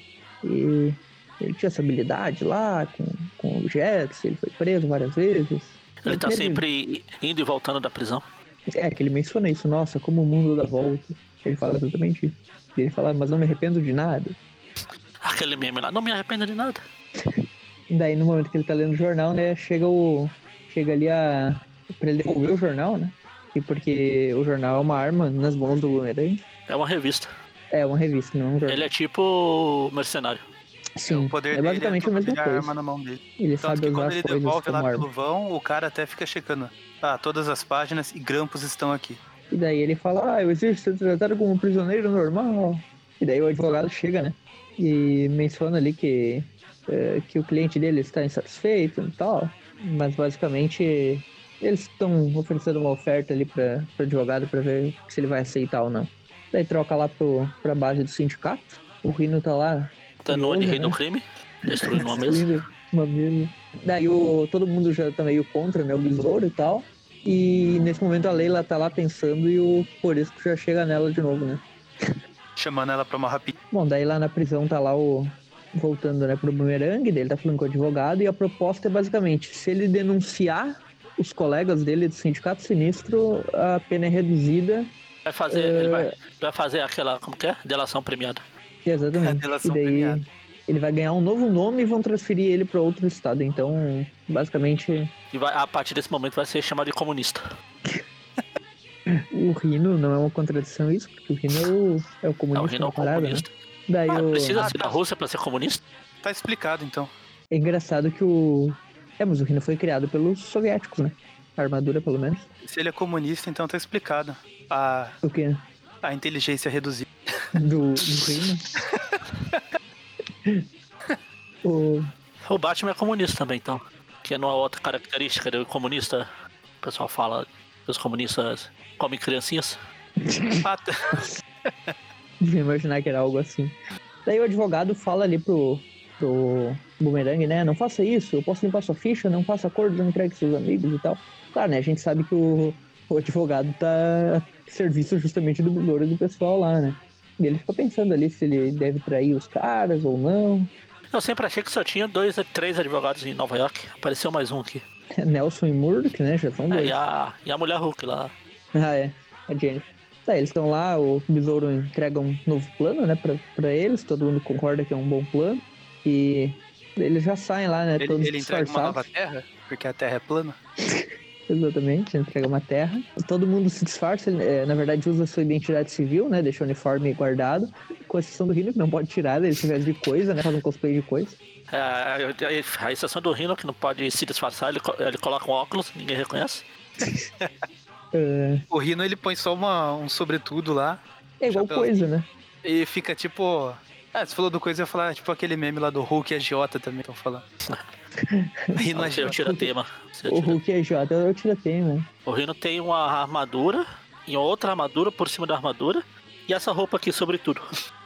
E ele tinha essa habilidade lá, com, com objetos, ele foi preso várias vezes. Ele tá Ele- sempre indo e voltando da prisão. É, que ele menciona isso, nossa, como o mundo dá volta. Ele fala exatamente isso. E ele fala, mas não me arrependo de nada. Aquele meme lá, não me arrependo de nada. E daí, no momento que ele tá lendo o jornal, né, chega o... Chega ali a... Pra ele devolver o jornal, né? E porque o jornal é uma arma nas mãos do Bumerangue. É uma revista. É uma revista, não é um jornal. Ele é tipo mercenário. Sim, o poder é basicamente dele é a mesma a coisa. arma na mão dele. Ele Tanto sabe que usar quando as ele coisas devolve como lá arma. pelo vão, o cara até fica checando. Ah, todas as páginas e grampos estão aqui. E daí ele fala, ah, eu exijo ser tratado como um prisioneiro normal. E daí o advogado chega, né? E menciona ali que, eh, que o cliente dele está insatisfeito e tal. Mas basicamente eles estão oferecendo uma oferta ali para o advogado para ver se ele vai aceitar ou não. Daí troca lá pro, pra base do sindicato. O Rino tá lá. Danone, curioso, rei do né? crime. Destruindo uma mesa. Destruindo uma mesa. Daí o, todo mundo já tá meio contra, né? O besouro e tal. E nesse momento a Leila tá lá pensando e o Corisco já chega nela de novo, né? Chamando ela pra uma rapidinha. Bom, daí lá na prisão tá lá o... voltando, né, pro bumerangue, dele tá falando com o advogado, e a proposta é basicamente, se ele denunciar os colegas dele do Sindicato Sinistro, a pena é reduzida. Vai fazer, É... ele vai, vai fazer aquela, como que é? Delação premiada. Exatamente. Delação e daí premiada. ele vai ganhar um novo nome e vão transferir ele pra outro estado. Então, basicamente, E vai, a partir desse momento vai ser chamado de comunista. o Rino não é uma contradição isso, porque o Rino é o, é o Não, comunista o Rino é da o parada, comunista. né? Daí Ah, o... precisa Ah, ser tá. da Rússia pra ser comunista? Tá explicado, então. É engraçado que o... É, mas o Rino foi criado pelos soviéticos, né? A armadura, pelo menos. Se ele é comunista, então tá explicado. A, O quê? a inteligência reduzida. Do, do Rino. o... O Batman é comunista também, então. Que não é outra característica do comunista. O pessoal fala que os comunistas comem criancinhas. Ah, tá. Devia imaginar que era algo assim. Daí o advogado fala ali pro, pro Boomerang, né? Não faça isso, eu posso limpar sua ficha, não faça acordo, não entregue seus amigos e tal. Claro, né? A gente sabe que o, o advogado tá a serviço justamente do Besouro e do pessoal lá, né? E ele fica pensando ali se ele deve trair os caras ou não. Eu sempre achei que só tinha dois, três advogados em Nova York. Apareceu mais um aqui. Nelson e Murdoch, né? Já são É, dois. e, a, e a mulher Hulk lá. Ah, é. A Jennifer. Tá, eles estão lá, o Besouro entrega um novo plano, né, pra, pra eles, todo mundo concorda que é um bom plano, e eles já saem lá, né, Ele, todos ele entrega uma nova disfarçados. terra, porque a terra é plana. Exatamente, entrega uma terra. Todo mundo se disfarça, é, na verdade usa sua identidade civil, né, deixa o uniforme guardado, com exceção do Rino, que não pode tirar, ele se veste de coisa, né, faz um cosplay de coisa. É, a, a exceção do Rhino, que não pode se disfarçar, ele, ele coloca um óculos, ninguém reconhece. É, O Rino, ele põe só uma, um sobretudo lá. é igual Chapéu. coisa, né. E fica tipo... Ah, você falou do coisa, eu ia falar tipo aquele meme lá do Hulk e agiota também, estão falando. Rino Não, eu agiota. tiro tema. O Hulk é J, eu tiratei, né. O Rhino tem uma armadura e outra armadura por cima da armadura e essa roupa aqui sobretudo.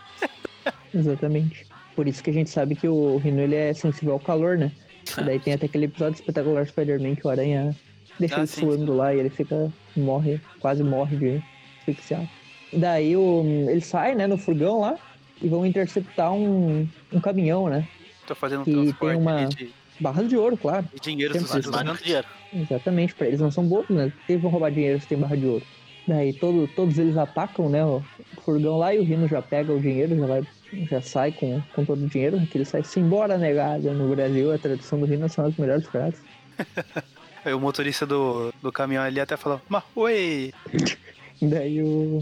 Exatamente. Por isso que a gente sabe que o Rino, ele é sensível ao calor, né. E daí tem até aquele episódio espetacular Spider-Man que o Aranha deixa Ah, ele sim, suando lá e ele fica, morre, quase morre de asfixiar. Daí o, ele sai, né, no furgão lá e vão interceptar um, um caminhão, né, Tô fazendo um que tem transporte uma- ali de, barras de ouro, claro. de dinheiro Sempre dos mais Mas não ajudantes. dinheiro. Exatamente, pra eles não são bobos, né, eles vão roubar dinheiro se tem barra de ouro. Daí todo, todos eles atacam, né, o furgão lá e o Rino já pega o dinheiro, já vai, já sai com, com todo o dinheiro, que ele sai simbora negada. No Brasil a tradução do Rino são as melhores frases. Aí o motorista do, do caminhão ali até falou, mas oi! E daí o,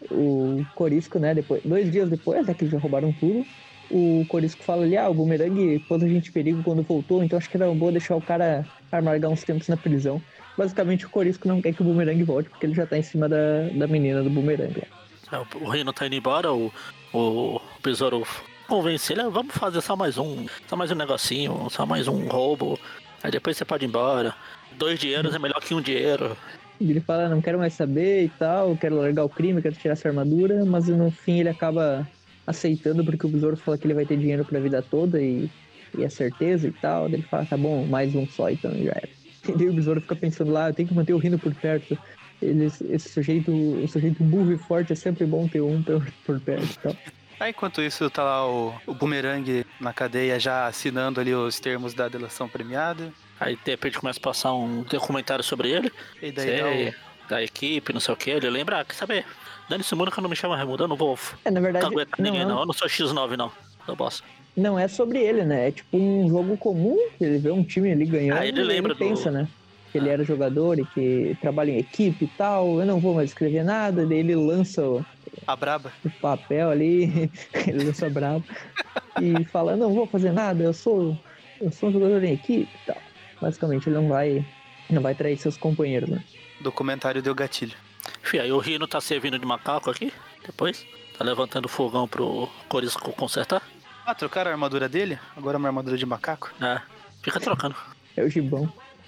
o Corisco, né, depois, dois dias depois, né, que eles já roubaram tudo, o Corisco fala ali, ah, o Boomerang pôs a gente em perigo quando voltou, então acho que era bom deixar o cara amargar uns tempos na prisão. Basicamente o Corisco não quer que o Boomerang volte, porque ele já tá em cima da, da menina do Boomerang. É, O Rhino tá indo embora, o, o Besouro convence ele, "Ah, vamos fazer só mais um, só mais um negocinho, só mais um roubo. Aí depois você pode ir embora. Dois dinheiros é melhor que um dinheiro. E ele fala, não quero mais saber e tal, quero largar o crime, quero tirar essa armadura, mas no fim ele acaba aceitando porque o Besouro fala que ele vai ter dinheiro pra vida toda e, e é certeza e tal. Daí ele fala, tá bom, mais um só então, já era. E daí o Besouro fica pensando lá, eu tenho que manter o Rino por perto. Ele, esse sujeito, o sujeito burro e forte é sempre bom ter um por, por perto e tal. Aí enquanto isso tá lá o, o Boomerang na cadeia já assinando ali os termos da delação premiada. Aí de repente começa a passar um documentário sobre ele. E daí Sei, dá da equipe, não sei o que. Ele lembra, ah, quer saber? Dane-se o mundo que eu não me chamo Raimundo, eu não vou É, na verdade, caguetar não, ninguém é- não. Eu não sou X nove não, eu bosta. não é sobre ele, né? É tipo um jogo comum, ele vê um time ali ganhando Ah, ele e lembra ele do- pensa, né? Que ele era jogador e que trabalha em equipe e tal, eu não vou mais escrever nada, daí ele lança o, a braba. o papel ali, ele lança brabo, e fala, não vou fazer nada, eu sou, eu sou um jogador em equipe e tal. Basicamente ele não vai, não vai trair seus companheiros, né? Documentário deu gatilho. Enfim, aí o Rino tá servindo de macaco aqui, depois. Tá levantando o fogão pro Corisco consertar. Ah, trocaram a armadura dele? Agora é uma armadura de macaco? É, fica trocando. É o gibão.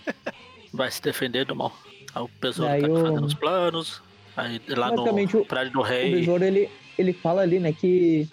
Vai se defender do mal. Aí o Besouro Daí tá o- fazendo os planos. Aí lá Basicamente, no o- prédio do O rei. Besouro, ele, ele fala ali, né, que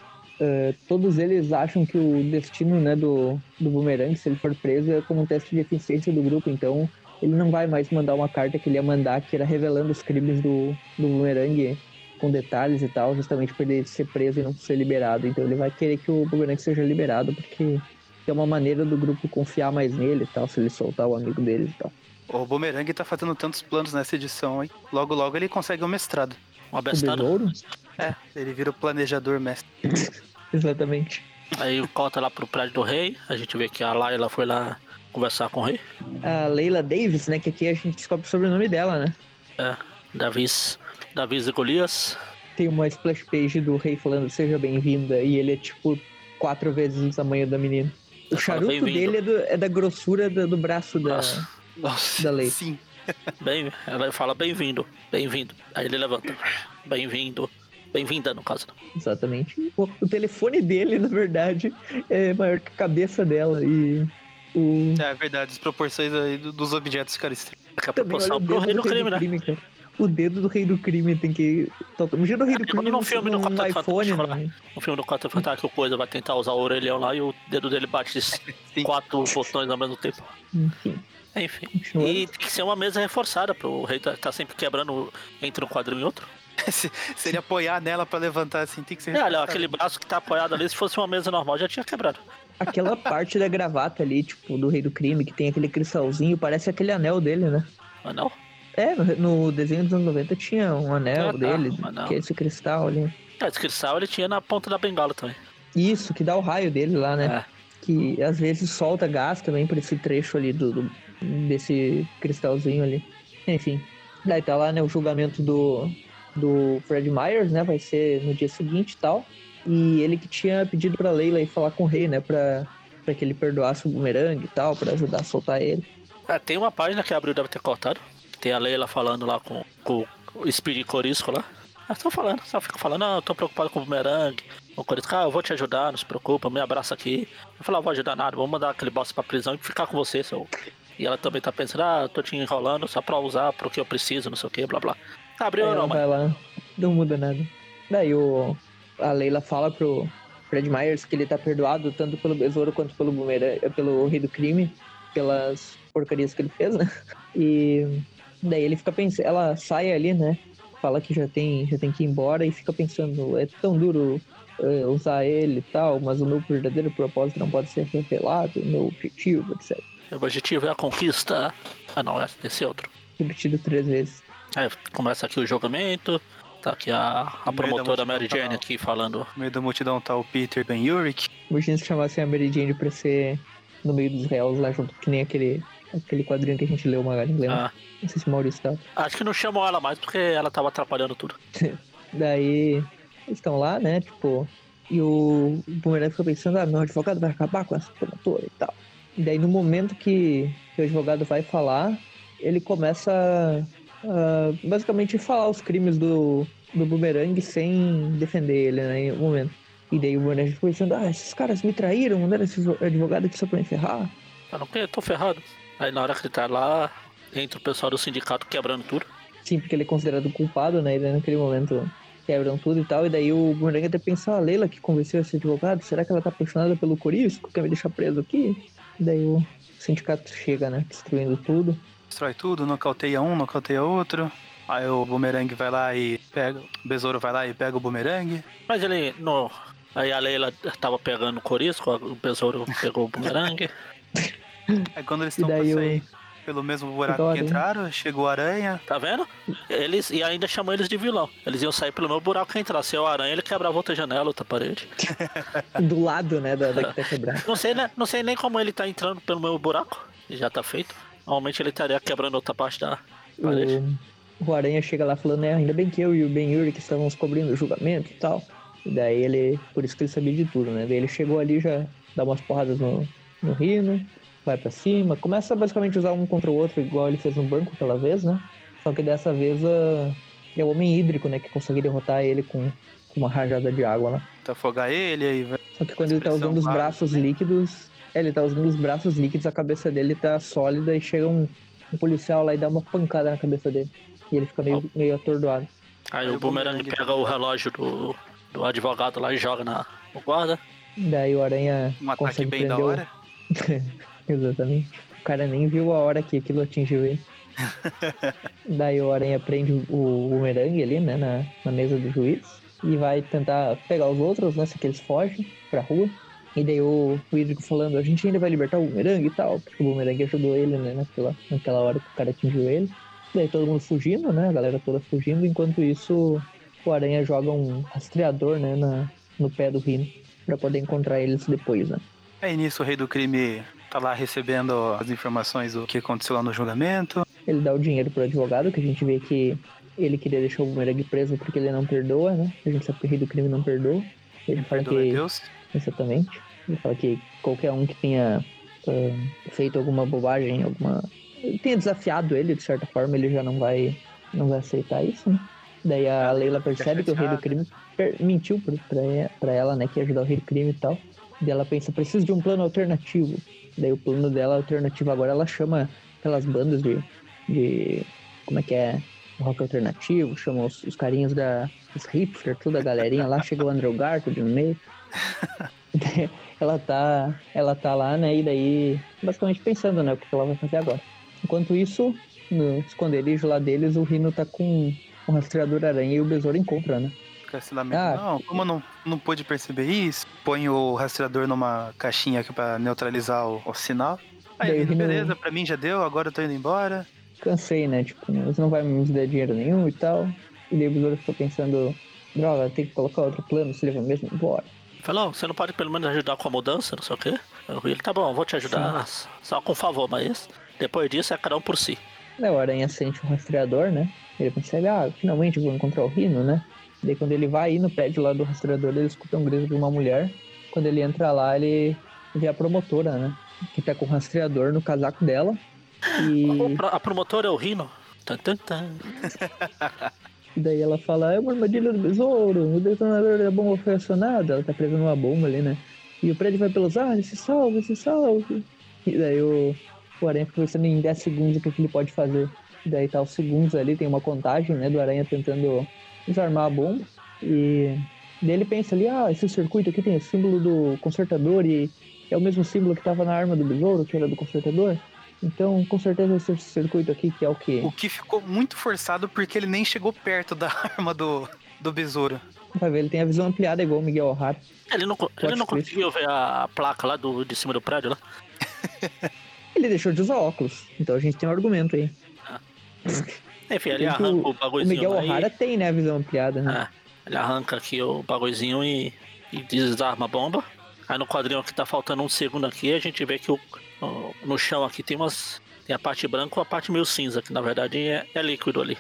uh, todos eles acham que o destino, né, do, do Boomerang, se ele for preso, é como um teste de eficiência do grupo, então ele não vai mais mandar uma carta que ele ia mandar, que era revelando os crimes do, do Boomerang com detalhes e tal, justamente por ele ser preso e não ser liberado. Então ele vai querer que o Boomerang seja liberado, porque é uma maneira do grupo confiar mais nele e tal, se ele soltar o amigo dele e tal. O Boomerang tá fazendo tantos planos nessa edição, hein? Logo, logo ele consegue um mestrado. Uma O bestada. besouro? É, ele vira o planejador mestre. Exatamente. Aí corta lá pro prédio do rei. A gente vê que a Layla foi lá conversar com o rei. A Leila Davis, né, que aqui a gente descobre o sobrenome dela, né? É, Davis. Davis e Golias. Tem uma splash page do rei falando seja bem-vinda, e ele é tipo quatro vezes o tamanho da menina. O Ela fala, charuto "Bem-vindo." dele é, do- é da grossura do, do braço da, Nossa. Nossa, da lei. sim. Bem, ela fala bem-vindo, bem-vindo. Aí ele levanta. Bem-vindo. Bem-vinda, no caso. Exatamente. O, o telefone dele, na verdade, é maior que a cabeça dela. E o. É verdade, as proporções aí do- dos objetos ficaram estranhas. É que a Também olha proporção o pro dedo rei do do crime, né? crime, cara. O dedo do rei do crime tem que. Imagina o rei do É, crime no num, filme do num Quarteto iPhone, Fantástico, né? No filme do Quarteto Fantástico, que o coisa vai tentar usar o orelhão lá e o dedo dele bate esses Sim. quatro botões ao mesmo tempo. Enfim. Enfim. Continuando. E tem que ser uma mesa reforçada pro rei tá, tá sempre quebrando entre um quadril e outro. se, se ele apoiar nela pra levantar assim, tem que ser... É, olha, aquele braço que tá apoiado ali, se fosse uma mesa normal, já tinha quebrado. Aquela parte da gravata ali, tipo, do rei do crime, que tem aquele cristalzinho, parece aquele anel dele, né? Mas não? É, no, no desenho dos anos noventa tinha um anel Ah, tá, dele, mas não. que é esse cristal ali. É, esse cristal ele tinha na ponta da bengala também. Isso, que dá o raio dele lá, né? É. Que às vezes solta gás também por esse trecho ali do, do- desse cristalzinho ali. Enfim. Daí tá lá, né, o julgamento do, do Fred Myers, né? Vai ser no dia seguinte e tal. E ele que tinha pedido pra Leila ir falar com o rei, né? Pra, pra que ele perdoasse o Boomerang e tal, pra ajudar a soltar ele. É, tem uma página que a Abril deve ter cortado. Tem a Leila falando lá com, com o Speedy Corisco lá. Ah, tô falando, só fica falando, não, eu tô preocupado com o Boomerang. O Corisco, ah, eu vou te ajudar, não se preocupa, me abraça aqui. Eu falo, ah, vou ajudar nada, vou mandar aquele boss pra prisão e ficar com você, seu. E ela também tá pensando, ah, eu tô te enrolando só pra usar pro que eu preciso, não sei o que, blá blá. Abriu Aí ou ela não, mãe? vai lá, não muda nada. Daí o, a Leila fala pro Fred Myers que ele tá perdoado tanto pelo besouro quanto pelo Boomerang, pelo rei do crime, pelas porcarias que ele fez, né? E daí ele fica pensando, ela sai ali, né? Fala que já tem, já tem que ir embora e fica pensando, é tão duro eh, usar ele e tal, mas o meu verdadeiro propósito não pode ser revelado, o meu objetivo, etcétera. O objetivo é a conquista. Ah, não, esse é outro. Repetido três vezes. Aí começa aqui o julgamento. Tá aqui a, a No meio da promotora Mary multidão, Jane tá. aqui falando. No meio da multidão tá o Peter Ben Urich. Imagina se chamassem a Mary Jane pra ser no meio dos réus lá junto, que nem aquele, aquele quadrinho que a gente leu, Magali, lembra? Ah, Não sei se o Maurício tá. acho que não chamam ela mais porque ela tava atrapalhando tudo. Daí eles estão lá, né? Tipo, e o Boomerang fica pensando, ah, meu advogado vai acabar com essa promotora e tal. E daí no momento que, que o advogado vai falar, ele começa a, a basicamente falar os crimes do, do Boomerang sem defender ele, né? Em um momento. E daí o Boomerang fica pensando, ah, esses caras me traíram, mandaram esse advogado aqui só pra me ferrar. Eu não quero, tô ferrado. Aí na hora que ele tá lá, entra o pessoal do sindicato quebrando tudo. Sim, porque ele é considerado culpado, né? E daí naquele momento quebram tudo e tal. E daí o Boomerang até pensa, ah, a Leila que convenceu esse advogado, será que ela tá apaixonada pelo Corisco? Quer me deixar preso aqui? E daí o sindicato chega, né? Destruindo tudo. Destrói tudo, nocauteia um, nocauteia outro. Aí o Boomerang vai lá e pega... O Besouro vai lá e pega o Boomerang. Mas ele, no... Aí a Leila tava pegando o Corisco, o besouro pegou o Boomerang. Aí quando eles E estão pra daí o- sair pelo mesmo buraco Chegou a que aranha. entraram, chegou a aranha. Tá vendo? Eles, e ainda chamam eles de vilão. Eles iam sair pelo meu buraco que entrar. Se é o aranha, ele quebrava outra janela, outra parede. Do lado, né? Da, da que tá quebrada. Não sei, né? Não sei nem como ele tá entrando pelo meu buraco. Já tá feito. Normalmente ele estaria quebrando outra parte da parede. O, o Aranha chega lá falando, né? Ainda bem que eu e o Ben Urich estávamos cobrindo o julgamento e tal. E daí ele, por isso que ele sabia de tudo, né? Daí ele chegou ali, já dá umas porradas no, no Rhino, vai pra cima, começa a basicamente usar um contra o outro, igual ele fez no banco aquela vez, né? Só que dessa vez uh, é o Homem Hídrico, né? Que consegue derrotar ele com, com uma rajada de água lá. Pra afogar ele, aí vai... Só que quando ele tá Expressão usando os vaga, braços né? líquidos, é, ele tá usando os braços líquidos, a cabeça dele tá sólida e chega um, um policial lá e dá uma pancada na cabeça dele. E ele fica meio, meio atordoado. Aí Aí o o Boomerang Boomerang pega o relógio do, do advogado lá e joga na, o guarda. Daí o Aranha Um ataque consegue bem da prender o- hora. Exatamente. O cara nem viu a hora que aquilo atingiu ele. Daí o Aranha prende o, o bumerangue ali, né, na, na mesa do juiz. E vai tentar pegar os outros, né, só que eles fogem pra rua. E daí o, o Hídrico falando, a gente ainda vai libertar o bumerangue e tal. Porque o bumerangue ajudou ele, né, naquela, naquela hora que o cara atingiu ele. Daí todo mundo fugindo, né, a galera toda fugindo. Enquanto isso, o Aranha joga um rastreador, né, na, no pé do Rhino. Pra poder encontrar eles depois, né. Aí nisso o rei do crime tá lá recebendo as informações do que aconteceu lá no julgamento. Ele dá o dinheiro pro advogado, que a gente vê que ele queria deixar o bumerangue preso porque ele não perdoa, né? A gente sabe que o rei do crime não perdoa. Ele fala Perdoa que... Deus. Exatamente. Ele fala que qualquer um que tenha uh, feito alguma bobagem, alguma... tenha desafiado ele, de certa forma, ele já não vai, não vai aceitar isso, né? Daí a Leila percebe que o rei do crime per- mentiu pra, pra, pra ela, né? Que ia ajudar o rei do crime e tal. Daí ela pensa, preciso de um plano alternativo. Daí o plano dela alternativo agora, ela chama aquelas bandas de... de como é que é? Rock alternativo, chama os, os carinhos da... os hipsters, toda a galerinha lá. Chega o Andrew Garfield no meio. ela tá ela tá lá, né, e daí basicamente pensando, né, o que ela vai fazer agora. Enquanto isso, no esconderijo lá deles, o Rhino tá com o rastreador aranha e o besouro encontra, né. Fica se lamenta. Ah, não, como eu não, não pude perceber isso, põe o rastreador numa caixinha aqui pra neutralizar o, o sinal. Aí, Daí o Rino, Rhino- beleza, pra mim já deu, agora eu tô indo embora. Cansei, né, tipo, você não vai me dar dinheiro nenhum e tal. E daí o besouro ficou pensando, droga, tem que colocar outro plano, se leva mesmo embora. Falou, você não pode pelo menos ajudar com a mudança, não sei o quê? Ele, tá bom, vou te ajudar, só com favor, mas depois disso é cada um por si. Daí o aranha sente o rastreador, né, ele percebe, ah, finalmente eu vou encontrar o Rhino, né. Daí quando ele vai ir no prédio lá do rastreador, ele escuta um grito de uma mulher. Quando ele entra lá, ele vê a promotora, né? Que tá com o rastreador no casaco dela. E A promotora é o Rhino. Tan, tan, tan. daí ela fala, é uma armadilha do besouro, o detonador da bomba foi acionado. Ela tá presa numa bomba ali, né? E o prédio vai pelos ares, se salve, se salve. E daí o, o Aranha fica pensando em dez segundos o que, que ele pode fazer. E daí tá os segundos ali, tem uma contagem, né, do Aranha tentando desarmar a bomba. E daí ele pensa ali, ah, esse circuito aqui tem o símbolo do consertador e é o mesmo símbolo que tava na arma do besouro, que era do consertador. Então, com certeza esse circuito aqui que é o quê? O que ficou muito forçado porque ele nem chegou perto da arma do, do besouro. Vai ver, ele tem a visão ampliada igual o Miguel O'Hara. Ele não, ele não twist. conseguiu ver a placa lá do, de cima do prédio lá. Ele deixou de usar óculos, então a gente tem um argumento aí. Enfim, ele Tem que arranca o, o bagulhozinho Miguel lá e- O'Hara tem, né, a visão ampliada, né? É, ele arranca aqui o bagulhozinho e, e desarma a bomba. Aí no quadrinho aqui tá faltando um segundo aqui, a gente vê que o, o- no chão aqui tem umas. Tem a parte branca e a parte meio cinza, que na verdade é, é líquido ali.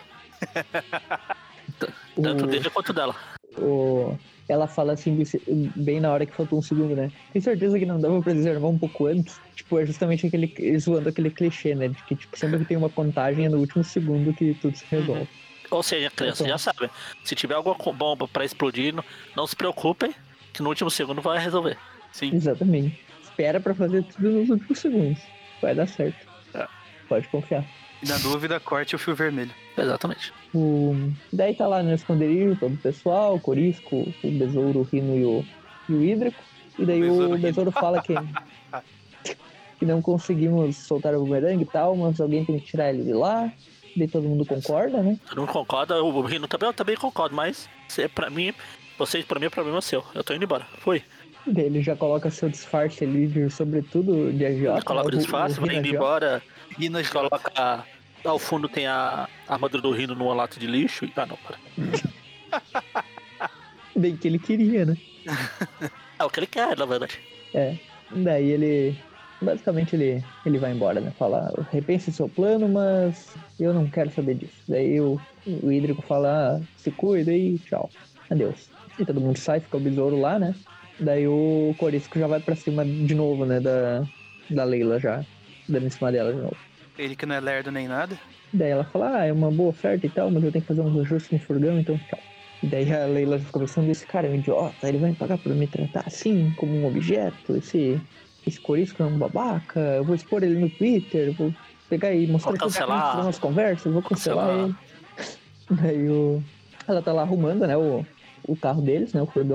T- Tanto O- dele quanto dela. O... Ela fala assim, bem na hora que faltou um segundo, né? Tem certeza que não dava pra desarmar um pouco antes? Tipo, é justamente aquele, zoando aquele clichê, né? De que tipo, sempre que tem uma contagem é no último segundo que tudo se resolve. Ou seja, criança já sabe. Se tiver alguma co- bomba pra explodir, não, não se preocupem, que no último segundo vai resolver. Sim. Exatamente. Espera pra fazer tudo nos últimos segundos. Vai dar certo. É. Pode confiar. E na dúvida, corte o fio vermelho. Exatamente. O... Daí tá lá no esconderijo todo o pessoal, o Corisco, o Besouro, o Rhino e o, e o Hídrico. E daí O Besouro o Rhino. Besouro fala que, que não conseguimos soltar o bumerangue e tal, mas alguém tem que tirar ele de lá. Daí todo mundo concorda, né? Eu não concordo, o Rino também, eu também concordo, mas se, pra mim, vocês, pra mim, o problema é seu. Eu tô indo embora. Fui. Daí ele já coloca seu disfarce ali, de, sobretudo de agiota. Ele coloca o né? disfarce, Rhino vai indo agiota. embora. Rino Ele coloca. Ao fundo tem a armadura do Rino numa lata de lixo. Ah, não, para. Bem que ele queria, né? É o que ele quer, na verdade. É. Daí ele. Basicamente ele, ele vai embora, né? Fala, repense seu plano, mas eu não quero saber disso. Daí o, o Hídrico fala, ah, se cuida e tchau. Adeus. E todo mundo sai, fica o besouro lá, né? Daí o Corisco já vai pra cima de novo, né? Da, da Leila já. Dando em cima dela de novo. Ele que não é lerdo nem nada. Daí ela fala, ah, é uma boa oferta e tal, mas eu tenho que fazer uns ajustes no furgão, então tchau. E daí a Leila fica pensando, esse cara é um idiota, ele vai me pagar por me tratar assim, como um objeto, esse, esse Corisco é um babaca, eu vou expor ele no Twitter, vou pegar e mostrar Vou que eu cancelar. fazer umas conversas, vou cancelar, Cancelar. ele. Daí o... ela tá lá arrumando, né, o, o carro deles, né, o furgão.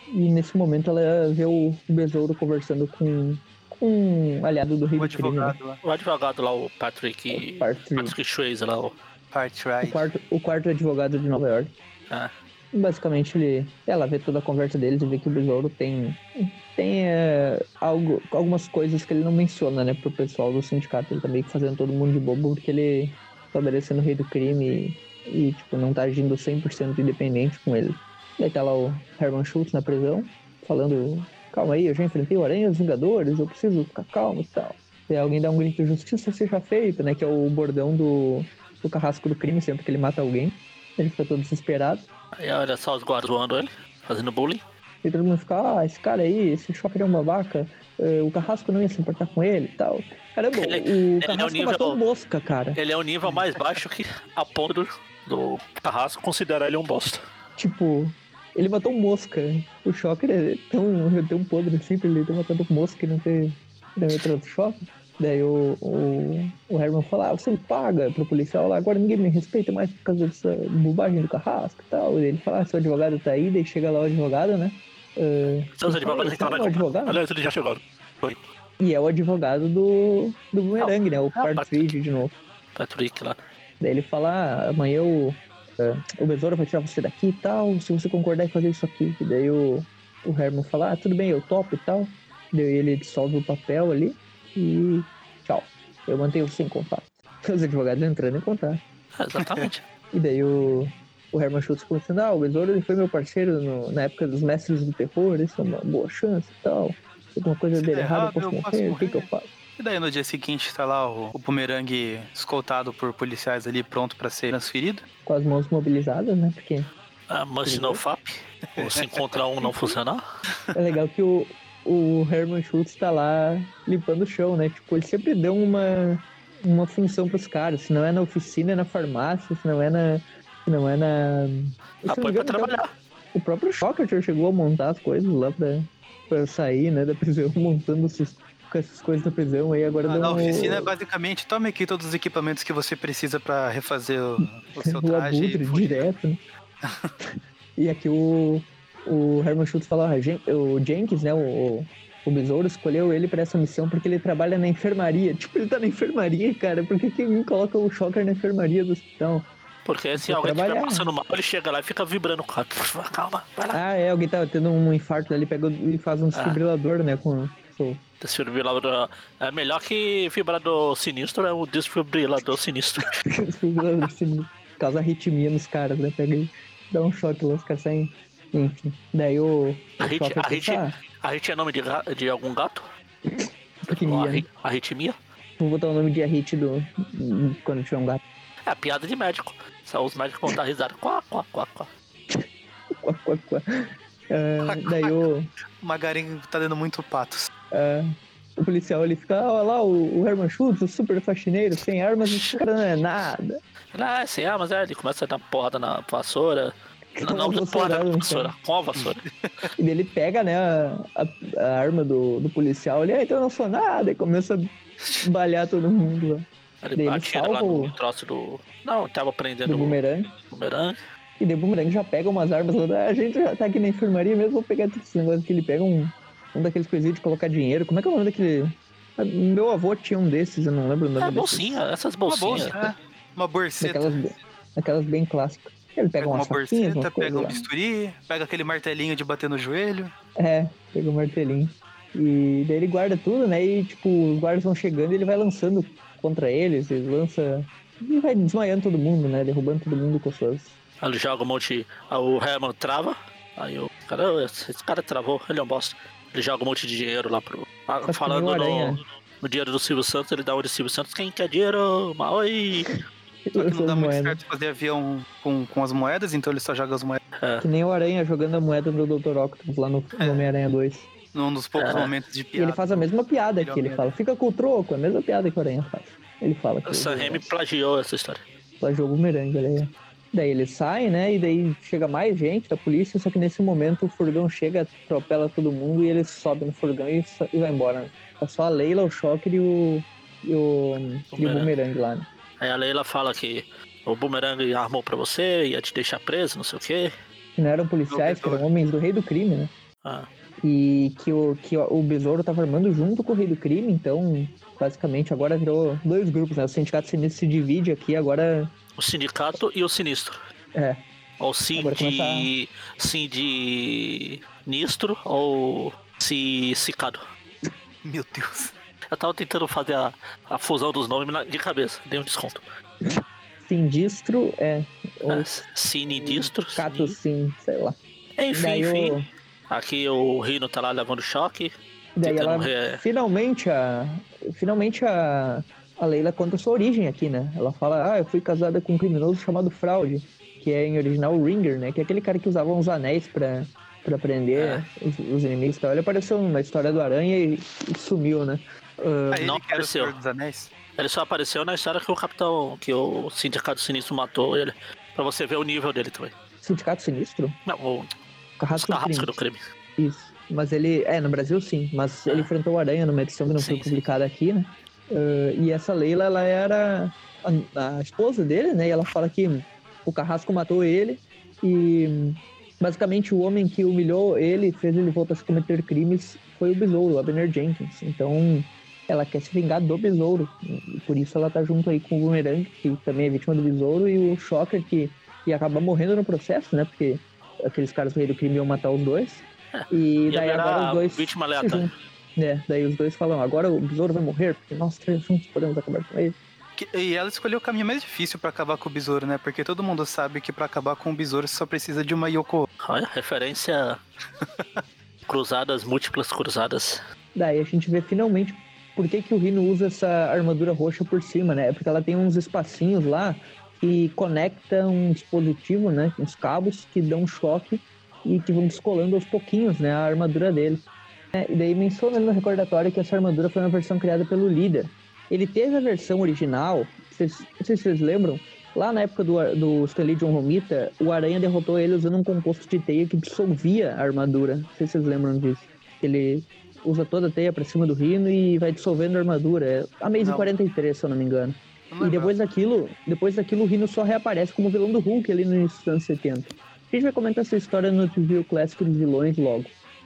E nesse momento ela vê o, o Besouro conversando com, com um aliado do rei O do crime, né? advogado lá. O advogado lá, o Patrick. O Patrick. Patrick Swayze lá, o. Part O right. quarto, o quarto advogado de Nova York. É. E basicamente ele, ela vê toda a conversa deles e vê que o Besouro tem, tem é, algo, algumas coisas que ele não menciona, né, pro pessoal do sindicato. Ele tá meio que fazendo todo mundo de bobo porque ele tá obedecendo o rei do crime e, e tipo, não tá agindo cem por cento independente com ele. Daí tá lá o Herman Schultz na prisão, falando, calma aí, eu já enfrentei o Aranha e os Vingadores, eu preciso ficar calmo e tal. E alguém dá um grito, justiça seja feita, né, que é o bordão do, do carrasco do crime, sempre que ele mata alguém. Ele fica todo desesperado. Aí olha só os guardas zoando ele, fazendo bullying. E todo mundo fica, ah, esse cara aí, esse Shocker é um babaca, uh, o Carrasco não ia se importar com ele e tal. Caramba, Ele- o ele é Carrasco o nível- matou mosca, cara. Ele é o nível mais baixo que a ponto do, do Carrasco considerar ele um bosta. Tipo, ele matou mosca. O Shocker é tão, tão podre assim, pra ele ter matado mosca e não ter, não ter entrado no Shocker. Daí o, o, o Herman fala, ah, você me paga pro policial lá, agora ninguém me respeita mais por causa dessa bobagem do Carrasco e tal. E ele fala, ah, seu advogado tá aí, daí chega lá o advogado, né? Uh, Seus ele fala, advogados "Esse não é reclamam. o advogado?" Aliás, ele já chegou. Foi. E é o advogado do, do Boomerang, né? O ah, Partridge de novo. Patrick lá. Daí ele fala, ah, amanhã o, é, o Besouro vai tirar você daqui e tal, se você concordar em fazer isso aqui. E daí o, o Herman fala, ah, tudo bem, eu topo e tal. Daí ele dissolve o papel ali e tchau. Eu mantenho você em contato. Os advogados entrando em contato. É, exatamente. E daí o, o Herman Schultz começando, ah, o Besouro ele foi meu parceiro no, na época dos Mestres do Terror, isso é uma boa chance e tal. Se alguma coisa Se dele der errada, eu errado, posso eu posso morrer, o que que eu morrer. faço? E daí no dia seguinte tá lá o, o Boomerang escoltado por policiais ali, pronto pra ser transferido. Com as mãos mobilizadas, né? Porque Ah, mas no F A P, ou se encontrar um não funcionar. é legal que o, o Herman Schultz tá lá limpando o chão, né? Tipo, eles sempre dão uma, uma função pros caras. Se não é na oficina, é na farmácia. Se não é na... Se não é na... se não Apoio me pra engano, trabalhar. O próprio Shocker já chegou a montar as coisas lá pra, pra sair, né? Da prisão, montando esses, com essas coisas da prisão. Aí agora Ah, deu na um... oficina é basicamente, tome aqui todos os equipamentos que você precisa pra refazer o, o seu o traje. abutre e fugir. direto, né? E aqui o, o Herman Schultz fala, ah, Jen- o Jenkins, né, o, o Besouro escolheu ele pra essa missão porque ele trabalha na enfermaria. Tipo, ele tá na enfermaria, cara, por que que alguém coloca o Shocker na enfermaria do hospital? Porque se Vou alguém estiver trabalhar. passando mal, ele chega lá e fica vibrando o cara. Calma, vai lá. Ah, é, alguém tá tendo um infarto ali, pega e faz um desfibrilador, né, com... com- Desfibrilador é melhor que vibrador sinistro, é o desfibrilador sinistro. desfibrilador, assim, causa arritmia nos caras, né, pega e dá um choque lá, os caras saem... Enfim, daí o... o A Hit, Shocker a, Hit, pensa, ah, a Hit é nome de, ga- de algum gato? pequenininha, A né? Hit- a Arritmia? Vou botar o nome de Hit do... quando tiver um gato. É a piada de médico. Só os médicos vão dar risada. Quá, quá, quá, quá. Quá, quá, quá. Ah, daí o... O Magarin tá dando muito patos. É, o policial ele fica, ah, olha lá, o, o Herman Schultz, o super faxineiro, sem armas, esse cara não é nada. Ah, sim, ah, mas é, ele começa a dar porrada na vassoura. Com Não, uma não porrada vassourada na no vassoura, cara. com a vassoura. E daí ele pega, né, a, a- a arma do, do policial, ele, ah, então eu não sou nada, e começa a balhar todo mundo lá. Ele Daí ele atira lá salva no o- troço do. Não, tava prendendo Do o bumerangue. bumerangue. E daí o bumerangue já pega umas armas lá, ah, a gente já tá aqui na enfermaria mesmo, vou pegar todos esses negócios que ele pega um, um daqueles coisinhos de colocar dinheiro. Como é que é o nome daquele... Ah, meu avô tinha um desses, eu não lembro o nome É, desses. bolsinha, essas Uma bolsinhas. bolsa, é. Uma borseta. Daquelas, bem- daquelas bem clássicas. Ele pega, Pega uma umas faquinhas, borseta, umas coisas pega um lá. bisturi, pega aquele martelinho de bater no joelho. É, pega o martelinho. E daí ele guarda tudo, né? E tipo, os guardas vão chegando e ele vai lançando contra eles, ele lança. E vai desmaiando todo mundo, né? Derrubando todo mundo com suas. Aí ele joga um monte. Aí o Herman trava. Aí o cara, esse cara travou, ele é um bosta. Ele joga um monte de dinheiro lá pro. Ah, que falando nem o no, Aranha. no dinheiro do Silvio Santos, ele dá o de Silvio Santos. Quem quer dinheiro? Maoi! Só que não dá muito moedas. certo fazer avião com, com as moedas, então ele só joga as moedas Que nem o Aranha jogando a moeda do doutor Octopus lá no, no Homem-Aranha dois. num dos poucos É. momentos de E piada. ele faz a mesma piada Ele que ele Homem-Aranha. fala, fica com o troco, a mesma piada que o Aranha faz. Ele fala que O Sam Raimi plagiou essa história. plagiou o bumerangue, olha aí. Daí ele sai, né? E daí chega mais gente da polícia, só que nesse momento o furgão chega, atropela todo mundo e eles sobem no furgão e, sa- e vai embora. Né? Tá só a Leila, o Shocker e o. e o. e o bumerangue lá, né? Aí a Leila fala que o Boomerang armou pra você, ia te deixar preso, não sei o quê. Que não eram policiais, que eram homens do rei do crime, né? Ah. E que o, que o Besouro tava armando junto com o Rei do Crime, então, basicamente, agora virou dois grupos, né? O Sindicato Sinistro se divide aqui, agora... O Sindicato e o Sinistro. É. Ou Sindi... Sindinistro ou si... Cicado. Meu Deus. Eu tava tentando fazer a, a fusão dos nomes na- de cabeça, dei um desconto. Sindistro, é. Ou É, Sinistro. Cato Sim, sei lá. Enfim, Daí enfim. o- Aqui o Rino tá lá levando choque. Daí tentando ela, re- finalmente, a, finalmente a, a Leila conta sua origem aqui, né? Ela fala, ah, eu fui casada com um criminoso chamado Fraude, que é em original o Ringer, né? Que é aquele cara que usava uns anéis pra, pra prender É. os, os inimigos e tal. Ele apareceu na história do Aranha e, e sumiu, né? Ah, Ah, ele não que era o apareceu. Senhor dos Anéis? Ele só apareceu na história que o capitão, que o Sindicato Sinistro matou ele. Pra você ver o nível dele também. Sindicato Sinistro? Não, o, os Carrasco do carrascos Crime. do crime. Isso. Mas ele. É, no Brasil sim. Mas ele enfrentou o Aranha numa edição que não Sim, foi publicada aqui, né? Uh, e essa Leila, ela era a, a esposa dele, né? E ela fala que o Carrasco matou ele. E basicamente o homem que humilhou ele, fez ele voltar a cometer crimes, foi o Besouro, o Abner Jenkins. Então ela quer se vingar do Besouro. E por isso ela tá junto aí com o Boomerang, que também é vítima do Besouro, e o Shocker, que ia acabar morrendo no processo, né? Porque aqueles caras do Rei do Crime iam matar os dois. E daí virar agora os dois vítima se aleatória. juntam. É, daí os dois falam, agora o Besouro vai morrer, porque nós três juntos podemos acabar com ele. Que- E ela escolheu o caminho mais difícil pra acabar com o besouro, né? Porque todo mundo sabe que pra acabar com o besouro só precisa de uma Yoko. Olha, referência. Cruzadas, múltiplas cruzadas. Daí a gente vê finalmente por que, que o Rhino usa essa armadura roxa por cima, né? É porque ela tem uns espacinhos lá que conectam um dispositivo, né? Uns cabos que dão choque e que vão descolando aos pouquinhos, né? A armadura dele. É, e daí menciona no recordatório que essa armadura foi uma versão criada pelo líder. Ele teve a versão original, vocês, não sei se vocês lembram, lá na época do, do Stan Lee John Romita, o Aranha derrotou ele usando um composto de teia que dissolvia a armadura. Não sei se vocês lembram disso. Ele usa toda a teia pra cima do Rhino e vai dissolvendo a armadura. É Amazing Não. quarenta e três, se eu não me engano. Não E lembro. depois daquilo, depois daquilo o Rhino só reaparece como vilão do Hulk ali no início dos anos setenta. A gente vai comentar essa história no Review Classic dos vilões logo.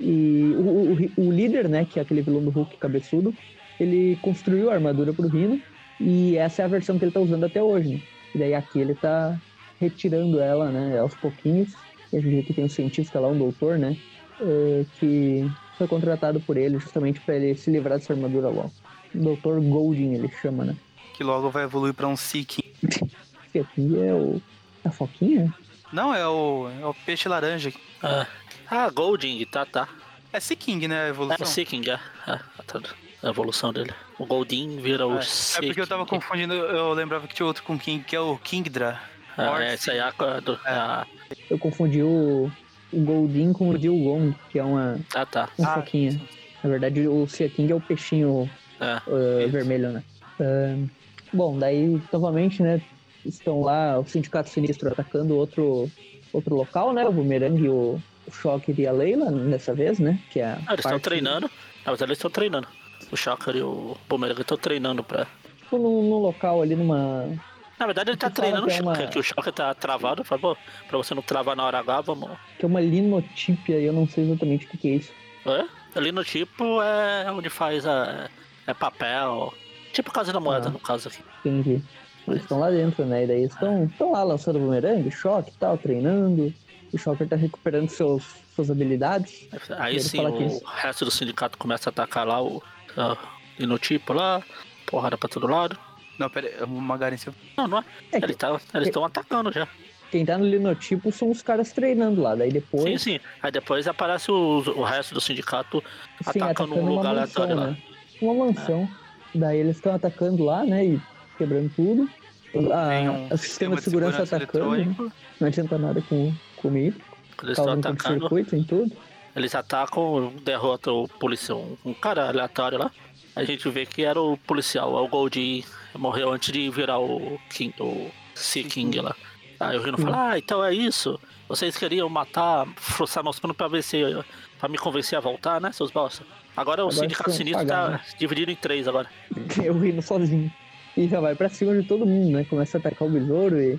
E o, o, o líder, né, que é aquele vilão do Hulk cabeçudo, ele construiu a armadura pro Rhino e essa é a versão que ele tá usando até hoje, né? E daí aqui ele tá retirando ela, né, aos pouquinhos. E a gente vê que tem um cientista lá, um doutor, né, é, que foi contratado por ele justamente para ele se livrar dessa armadura logo. doutor Golding ele chama, né? Que logo vai evoluir pra um Seeking. Esse aqui é o... a foquinha? Não, é o, é o peixe laranja. Ah, ah Golding, tá, tá. É Seeking, né? A evolução. É Seeking, é. é tá, a evolução dele. O Golding vira o É, é porque eu tava Seeking. confundindo, eu lembrava que tinha outro com King, que é o Kingdra. Ah, é, esse aí é a, do, a... Eu confundi o, o Goldin com o Dilgong, que é uma, Ah, tá. uma Ah, foquinha. sim. Na verdade, o Sea King é o peixinho É. uh, vermelho, né? Uh, bom, daí, novamente, né? Estão lá o Sindicato Sinistro atacando outro, outro local, né? O Boomerang e o, o Shocker e a Leila, dessa vez, né? Que é a Ah, eles estão parte- treinando. Ah, mas eles estão treinando. O Shocker e o Boomerang estão treinando pra... Tipo, num, num local ali, numa... Na verdade ele tá Tu fala treinando o que é Shocker, uma- que o Shocker tá travado. Fala, pô, pra você não travar na hora H, vamos... Que é uma linotípia, e eu não sei exatamente o que, que é isso. É? Ali no tipo é onde faz a... é papel... Tipo Casa da Moeda, Ah. no caso aqui. Entendi. Eles estão lá dentro, né? E daí estão, estão lá lançando bumerangue, choque e tal, treinando. O Shocker tá recuperando seus, suas habilidades. Aí Ele sim, fala que o isso- resto do sindicato começa a atacar lá o... Uh, linotipo lá, porrada pra todo lado. Não, pera aí, o Magaren, você... Não, não é. É que Eles tá- eles estão atacando já. quem tá no linotipo são os caras treinando lá. Daí Sim, depois, sim. Aí depois aparece os- o resto do sindicato sim, atacando um uma lugar mansão, aleatório lá. né? Uma mansão. Daí eles estão atacando lá, né? E quebrando tudo. A, Tem um o sistema de segurança, atacando. Né? eletrônico. Não adianta nada com, comigo. Eles estão Causando atacando. curto-circuito em tudo. Eles atacam, derrotam o policial, um cara aleatório lá. A gente vê que era o policial, o Goldie morreu antes de virar o King, o Sea King lá. Aí o Rino fala, ah, então é isso. Vocês queriam matar, forçar meus planos pra ver se. Pra me convencer a voltar, né, seus bosta? Agora o Agora Sindicato estão Sinistro pagando. tá dividido em três agora. Eu rindo sozinho. E já vai pra cima de todo mundo, né? Começa a atacar o besouro e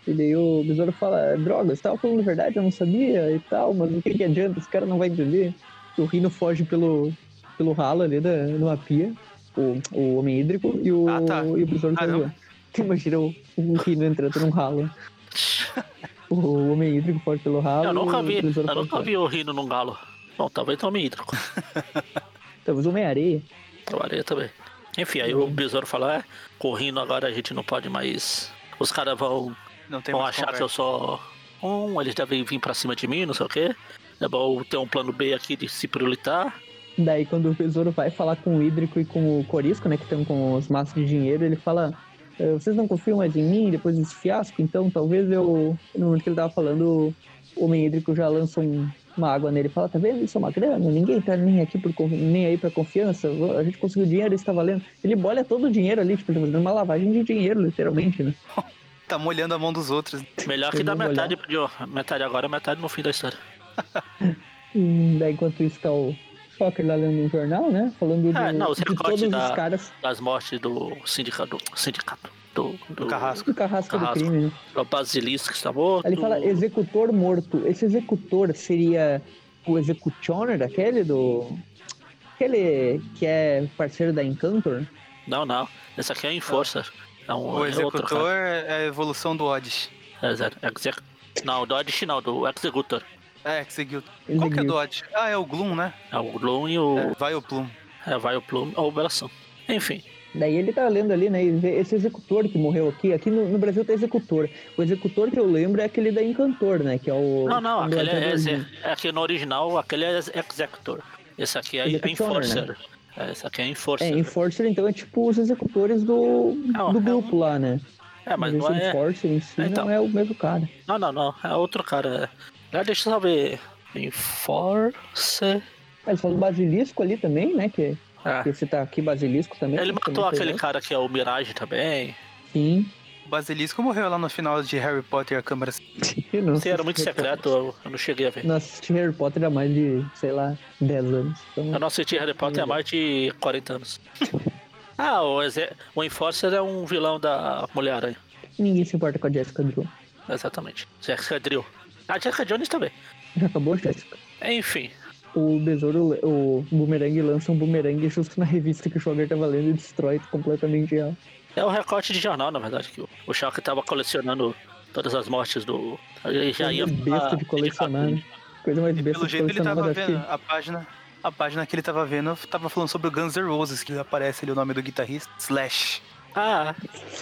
E daí o Besouro fala, droga, você tava falando a verdade, eu não sabia e tal, mas o que que adianta, esse cara não vai entender. E o Rhino foge pelo, pelo ralo ali da, numa pia, o, o Homem Hídrico, e o, Ah, tá. e o Besouro tá voando. Imagina o, o Rhino entrando num ralo. O Homem Hídrico foge pelo ralo. Eu nunca vi, e o Besouro eu foge nunca fora. vi o Rino num galo. Bom, talvez o Homem Hídrico. Talvez o Homem-Areia. O Areia também. Enfim, aí o Besouro fala, é, com o Rino agora a gente não pode mais... Os caras vão, Não tem vão mais achar que eu sou um, eles devem vir pra cima de mim, não sei o quê. É bom ter um plano B aqui de se prioritar. Daí quando o Besouro vai falar com o Hídrico e com o Corisco, né, que estão com os maços de dinheiro, ele fala, "Eh, vocês não confiam mais em mim depois desse fiasco? Então talvez eu..." No momento que ele tava falando, o Homem Hídrico já lança um, uma água nele e fala, tá vendo? Isso é uma grana, ninguém tá nem aqui por, confi- nem aí pra confiança, a gente conseguiu dinheiro, isso tá valendo. Ele bolha todo o dinheiro ali, tipo, tá fazendo uma lavagem de dinheiro, literalmente, né? Tá molhando a mão dos outros. Melhor que Eu dar vou olhar. metade, de, metade agora, metade no fim da história. E daí enquanto isso tá o Shocker lá lendo um jornal, né? Falando do, É, não, os de todos recortes os da- caras Das mortes do sindicato, do sindicato, do, Do Carrasco. do carrasco do Carrasco. crime, né? O Basilisco que está morto. Aí ele fala executor morto. Esse executor seria o executioner, aquele do... Aquele que é parceiro da Encantor? Não, não. Esse aqui é Enforcer. É um, O é outro executor cara. é a evolução do Odds. É, exato. Exec... Não, o Dodge não, do Executor. É, que seguiu. Qual que é do Odds? Ah, é o Gloom, né? É o Gloom e o. É, vai o Plum. É, vai o Plume ou o Belação. Enfim. Daí ele tá lendo ali, né? E vê esse executor que morreu aqui. Aqui no, no Brasil tem executor. O executor que eu lembro é aquele da Encantor, né? Que é o... Não, não, o aquele é, dublador esse, do- é aqui no original, aquele é Executor. Esse aqui é Executioner, Enforcer. É, esse aqui é É, Enforcer. Enforcer, então, é tipo os executores do, Não, do é grupo um- lá, né? É, mas esse não é. Enforcer em si Então. não é o mesmo cara. Não, não, não. É outro cara. Ah, deixa eu só ver. Enforcer. Ah, eles falam do Basilisco ali também, né? Que, É. que esse tá aqui, Basilisco também. Ele que matou também foi aquele lá. cara que é o Mirage também. Sim. O Basilisco morreu lá no final de Harry Potter e a Câmara. Eu não Sim, era assisti muito Harry secreto, Potter. eu, eu não cheguei a ver. Não assisti Harry Potter há mais de, sei lá, dez anos. Então, Eu não assisti Harry Potter há mais de quarenta anos. Ah, o, Exe- o Enforcer é um vilão da Mulher-Aranha. ninguém se importa com a Jessica Drew. Exatamente. Jessica Drill. A Jessica Jones também. Já acabou, Jessica? Enfim. O Besouro, o Boomerang lança um boomerang justo na revista que o Shocker tava lendo e destrói completamente ela. É o recorte de jornal, na verdade, que o, o Shocker tava colecionando todas as mortes do... Ele já ia... Coisa besta de colecionar, né? Coisa mais E besta pelo de jeito ele colecionar tava da vendo F. a página. A página que ele tava vendo tava falando sobre o Guns N' Roses, que aparece ali o nome do guitarrista. Slash. Ah,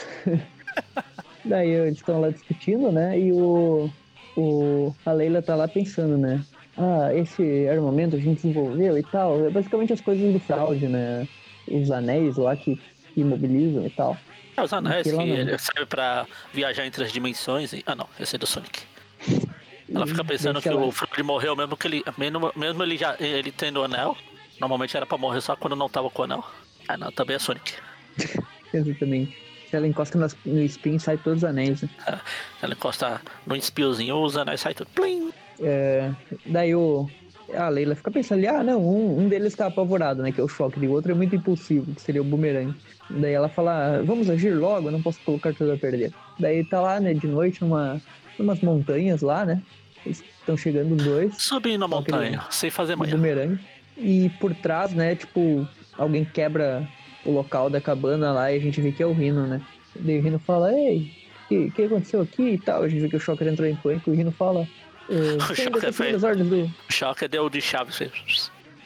Daí eles estão lá discutindo, né? E o, o a Leila tá lá pensando, né? Ah, esse armamento a gente desenvolveu e tal. É basicamente as coisas do fraude, né? Os anéis lá que, que imobilizam e tal. é os anéis Aquilo que não. ele serve pra viajar entre as dimensões. E... Ah, não. Esse é do Sonic. Ela E fica pensando deixa que ela- o Fred morreu mesmo que ele. Mesmo, mesmo ele já ele tendo o anel. Normalmente era pra morrer só quando não tava com o anel. Ah não, também é Sonic. Exatamente. Se ela encosta nas- no spin, sai todos os anéis, né? Ela encosta no espiozinho, os anéis saem tudo. Plim! É, daí o, a Leila fica pensando ali, ah, não, um, um deles tá apavorado, né, que é o Shocker, e o outro é muito impulsivo, que seria o Boomerang. Daí ela fala, ah, vamos agir logo, eu não posso colocar tudo a perder. Daí tá lá, né, de noite, numa, numas montanhas lá, né, eles estão chegando dois, Subindo na Só aquele- montanha, sem fazer o manhã. Boomerang, e por trás, né, tipo, alguém quebra o local da cabana lá e a gente vê que é o Rhino, né. Daí o Rhino fala, ei, o que, que aconteceu aqui e tal, a gente vê que o Shocker entrou em pânico e o Rhino fala... É, O você ainda Shocker tá seguindo fez. as ordens do... O Shocker deu de chave, fez.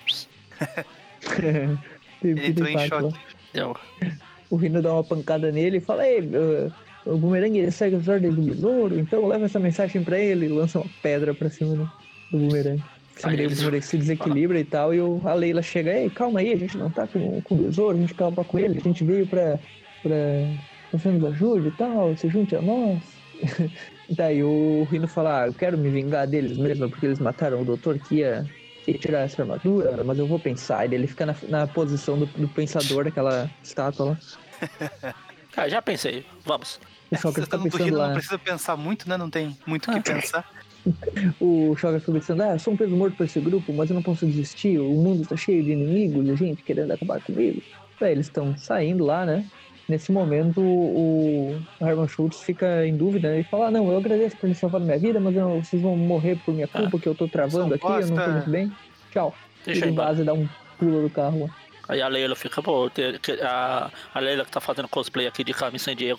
Ele entrou em choque. Deu. O Rhino dá uma pancada nele e fala, ei, uh, o Boomerang ele segue as ordens do Besouro, então leva essa mensagem pra ele e lança uma pedra pra cima do, do Boomerang. Só que Aí daí o eles- Boomerang se desequilibra e tal, e o, a Leila chega, ei, calma aí, a gente não tá com, com o Besouro, a gente calma com ele, a gente veio pra, pra você nos ajude e tal, se junte a nós. Daí o Rhino fala, ah, eu quero me vingar deles mesmo, porque eles mataram o doutor que ia, que ia tirar essa armadura, mas eu vou pensar. E daí ele fica na, na posição do, do pensador daquela estátua lá. Ah, já pensei, vamos. O Shocker Você fica tá no pensando Rino, lá. não precisa pensar muito, né? Não tem muito o que pensar. O Shocker fica pensando, ah, eu sou um peso morto pra esse grupo, mas eu não posso desistir, o mundo tá cheio de inimigos, de gente querendo acabar comigo. Daí eles estão saindo lá, né? Nesse momento, o Herman Schultz fica em dúvida, né? Ele fala, ah, não, eu agradeço por ter salvado minha vida, mas não, vocês vão morrer por minha culpa, que eu tô travando aqui, eu não tô muito bem. Tchau. Deixa ele vaza e dá um pulo do carro. Aí a Leila fica, pô, a, a Leila que tá fazendo cosplay aqui de Carmen Sandiego.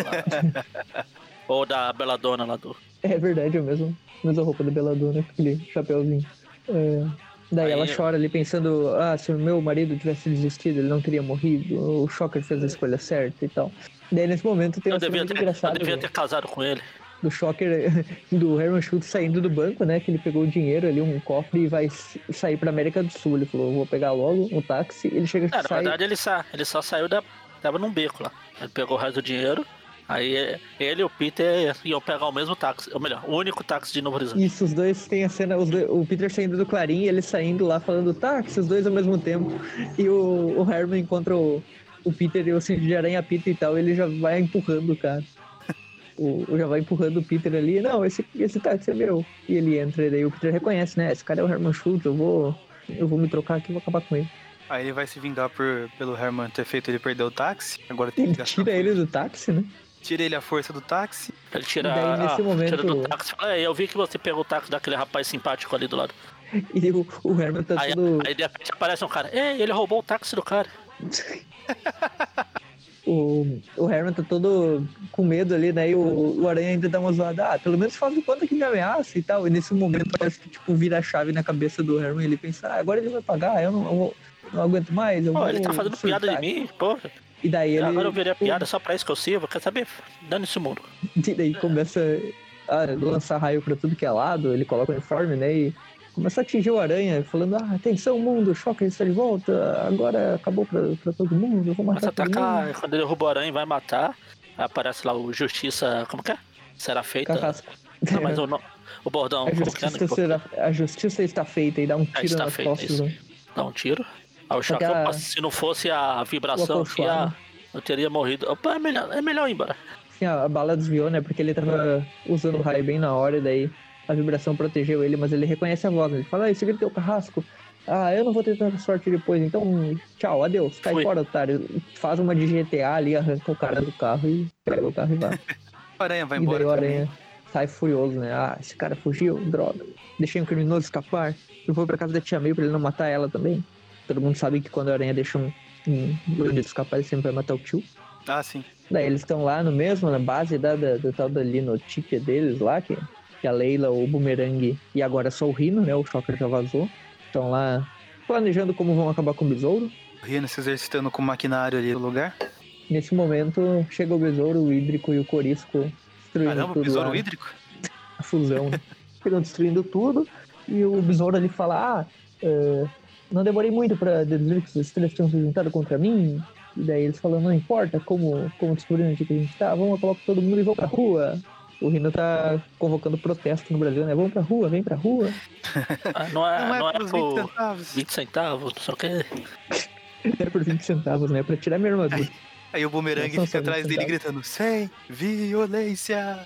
Ou da Belladonna lá do... É verdade, é a mesma, mesma roupa da Belladonna, aquele chapéuzinho. É... Daí aí ela eu... chora ali pensando, ah, se o meu marido tivesse desistido, ele não teria morrido, o Shocker fez a escolha certa e tal. Daí nesse momento tem uma cena muito engraçada. Eu devia ter casado com ele. Do Shocker, do Herman Schultz saindo do banco, né, que ele pegou o dinheiro ali, um cofre, e vai sair pra América do Sul. Ele falou, vou pegar logo um táxi, ele chega... É, na sai... verdade ele só, ele só saiu da... tava num beco lá. Ele pegou o resto do dinheiro. Aí ele e o Peter iam pegar o mesmo táxi, ou melhor, o único táxi de Novo Horizonte. Isso, os dois têm a cena, os dois, o Peter saindo do Clarim e ele saindo lá falando táxi, os dois ao mesmo tempo. E o, o Herman encontra o, o Peter e o Cindy de Aranha Peter e tal, ele já vai empurrando o cara. O, já vai empurrando o Peter ali, não, esse, esse táxi é meu. E ele entra, e daí o Peter reconhece, né, esse cara é o Herman Schultz, eu vou, eu vou me trocar aqui e vou acabar com ele. Aí ele vai se vingar por, pelo Herman ter feito ele perder o táxi, agora tem ele que tira ele do táxi, né? Tira ele a força do táxi. Ele tira, daí, nesse ah, momento... tira do táxi. É, eu vi que você pegou o táxi daquele rapaz simpático ali do lado. E o, o Herman tá aí, todo... Aí de repente aparece um cara. Ei, ele roubou o táxi do cara. o, o Herman tá todo com medo ali, né? E o, o Aranha ainda dá uma zoada. Ah, pelo menos faz de conta que me ameaça e tal. E nesse momento parece que, tipo, vira a chave na cabeça do Herman. Ele pensa, ah, agora ele vai pagar, eu não, eu não aguento mais. Eu Pô, vou ele tá fazendo surtar. piada de mim, porra. E daí ele... Agora eu virei a piada só pra isso que eu sirvo, quer saber? Dane-se o mundo. E daí começa a lançar raio pra tudo que é lado, ele coloca o uniforme, né? E começa a atingir o Aranha, falando, ah, atenção mundo, o Shocker está de volta, agora acabou pra, pra todo mundo, eu vou matar todo atacar, mundo. quando ele rouba o Aranha e vai matar, aparece lá o Justiça, como que é? Será feita? Carrasco. Não, mas o, o bordão, a como justiça, que é? será, a justiça está feita e dá um tiro é, nas feita, costas. Né? Dá um tiro. Aí o Shocker, a... se não fosse a vibração, que a... eu teria morrido. Opa, é melhor, é melhor ir embora. Sim, a bala desviou, né? Porque ele tava usando o raio bem na hora, e daí a vibração protegeu ele, mas ele reconhece a voz. Ele fala, ah, esse grito é o Carrasco. Ah, eu não vou ter tanta sorte depois, então tchau, adeus, cai Fui. fora, otário. Faz uma de G T A ali, arranca o cara do carro e pega o carro e vai. O Aranha vai e embora daí o Aranha também. sai furioso, né? Ah, esse cara fugiu, droga. Deixei um criminoso escapar. Eu vou pra casa da Tia May pra ele não matar ela também. Todo mundo sabe que quando o Aranha deixa um, um bandido escapar, ele sempre vai matar o tio. Ah, sim. Daí eles estão lá no mesmo, na base da, da, da tal da linotípia deles lá, que, que a Leila, o Boomerang e agora só o Rhino, né? O Shocker já vazou. Estão lá planejando como vão acabar com o Besouro. O Rhino se exercitando com o maquinário ali no lugar. Nesse momento, chega o Besouro, o Hídrico e o Corisco destruindo Caramba, tudo. o Besouro lá. Hídrico? A fusão, né? Chegam destruindo tudo. E o Besouro ali fala, ah, uh, não demorei muito pra deduzir que os estrelas tinham se juntado contra mim. E daí eles falam, não importa como, como descobriram onde que a gente tá, vamos colocar todo mundo e vamos pra rua. O Rhino tá convocando protesto no Brasil, né? Vamos pra rua, vem pra rua. Ah, não é, Não é não é pelos por vinte centavos. vinte centavos, só que... É por vinte centavos, né? Pra tirar minha armadura. Aí o Boomerang Não são fica só atrás vinte dele centavos. gritando, sem violência.